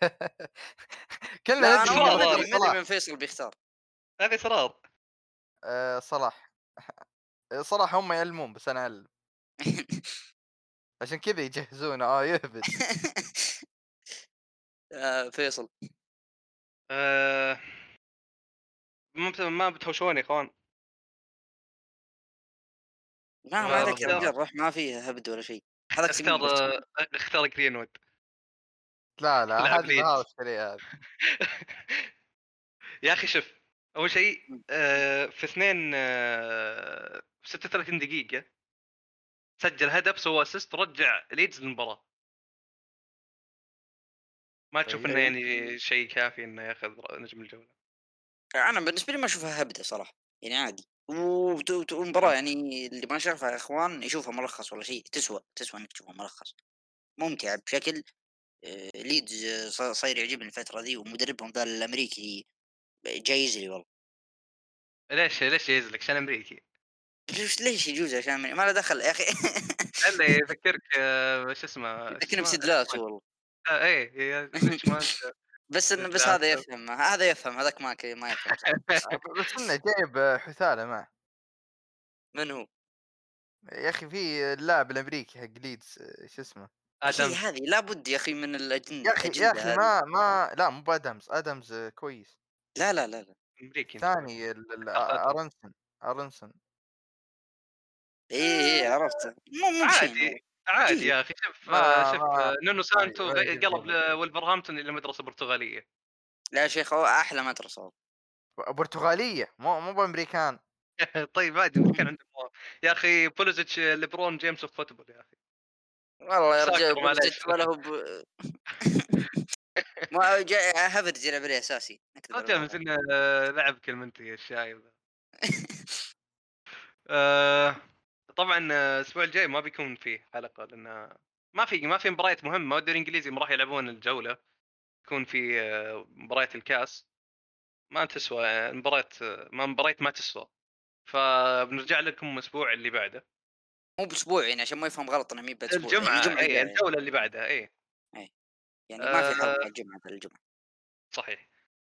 كلنا لا أنا ندري والله انه إصرار. يختار ما أدري صلاح. من فيصل بيختار. هذه إصرار. صلاح. صراحة هم يعلمون بس انا اعلم، عشان كذا يجهزونه يهبد. فيصل. آه، ما بتهوشوني يا إخوان. ما عليك يا بختار والله. رجال، روح ما فيها هبد ولا شيء. هذاك اختار تميم بس. اختار جرينوود. لا لا لاعب هذه ليدز. بهاوش عليه هذه. يا أخي شوف، أول شيء في 36 دقيقة سجل هدف، سوى اسيست، رجع ليدز للمباراة. ما تشوف طيب. انه أيوه. يعني شيء كافي انه ياخذ نجم الجولة؟ أنا بالنسبة لي ما أشوفها هبدة صراحة، يعني عادي. والمباراة يعني اللي ما شافها يا إخوان يشوفها ملخص ولا شيء، تسوى إنك تشوفها ملخص. ممتعة بشكل. ليدز صاير يعجبني الفترة ذي، ومدربهم ذا الأمريكي جايز لي والله. ليش يجوز عشان امريكي؟ ليش يجوز عشان ما له دخل يا اخي. لانه يذكرك شو اسمه يذكرني بسدلات والله. ايه ليش ما انت بس هذا يفهم، هذا يفهم، هذاك ما يفهم صراحة. بس انه جايب حثاله معه. من هو؟ يا اخي في اللاعب الامريكي حق ليدز شو اسمه. يا اخي ادمز هذه لابد يا اخي من يا الاجنده اخي هذه. ما لا مو بادمز. ادمز كويس. لا لا لا لا. امريكي انت بعد. ثاني اخترت ادمز ارنسون. ايه عرفته، مو بشيء عادي مو عادي جيد. يا اخي. شوف ما شوف ما نونو سانتو ما يجوز قلب يلا. ولفرهامبتون الى مدرسه برتغاليه. لا يا شيخ هو احلى مدرسه هو. برتغاليه مو بامريكان. طيب عادي كان عندهم يا اخي بوليزيتش ليبرون جيمس اوف فوتبول يا اخي. والله يا رجال ساكر معليش. بوليزيتش ولا هو ما جاء هافرز يلعب عليه اساسي نكتب على جيمس بعض. انه لعب كلمنتي الشايب. آه، طبعا الاسبوع الجاي ما بيكون فيه حلقه لان ما في مباريات مهمه. والدوري الانجليزي ما راح يلعبون الجوله. يكون في مباريات الكاس ما تسوى مباريات ما تسوى. فبنرجع لكم الاسبوع اللي بعده مو باسبوع يعني عشان ما يفهم غلط انه مي باسبوع يعني الجمعه. الجمعه اي الجايه. الجوله اللي بعدها اي. اي يعني ما في أه حلقه الجمعه ذا الجمعه. صحيح.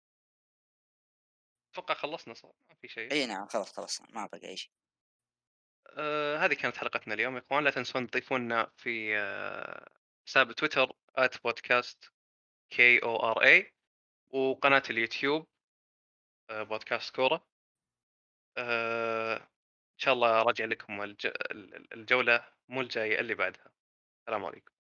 اتوقع خلصنا صار ما في شيء. اي نعم خلاص ما بقى اي شيء. هذه كانت حلقتنا اليوم يا اخوان. لا تنسون تضيفونا في حساب تويتر @podcast KORA وقناة اليوتيوب بودكاست كورة. إن شاء الله راجع لكم الجولة مو الجاية اللي بعدها. السلام عليكم.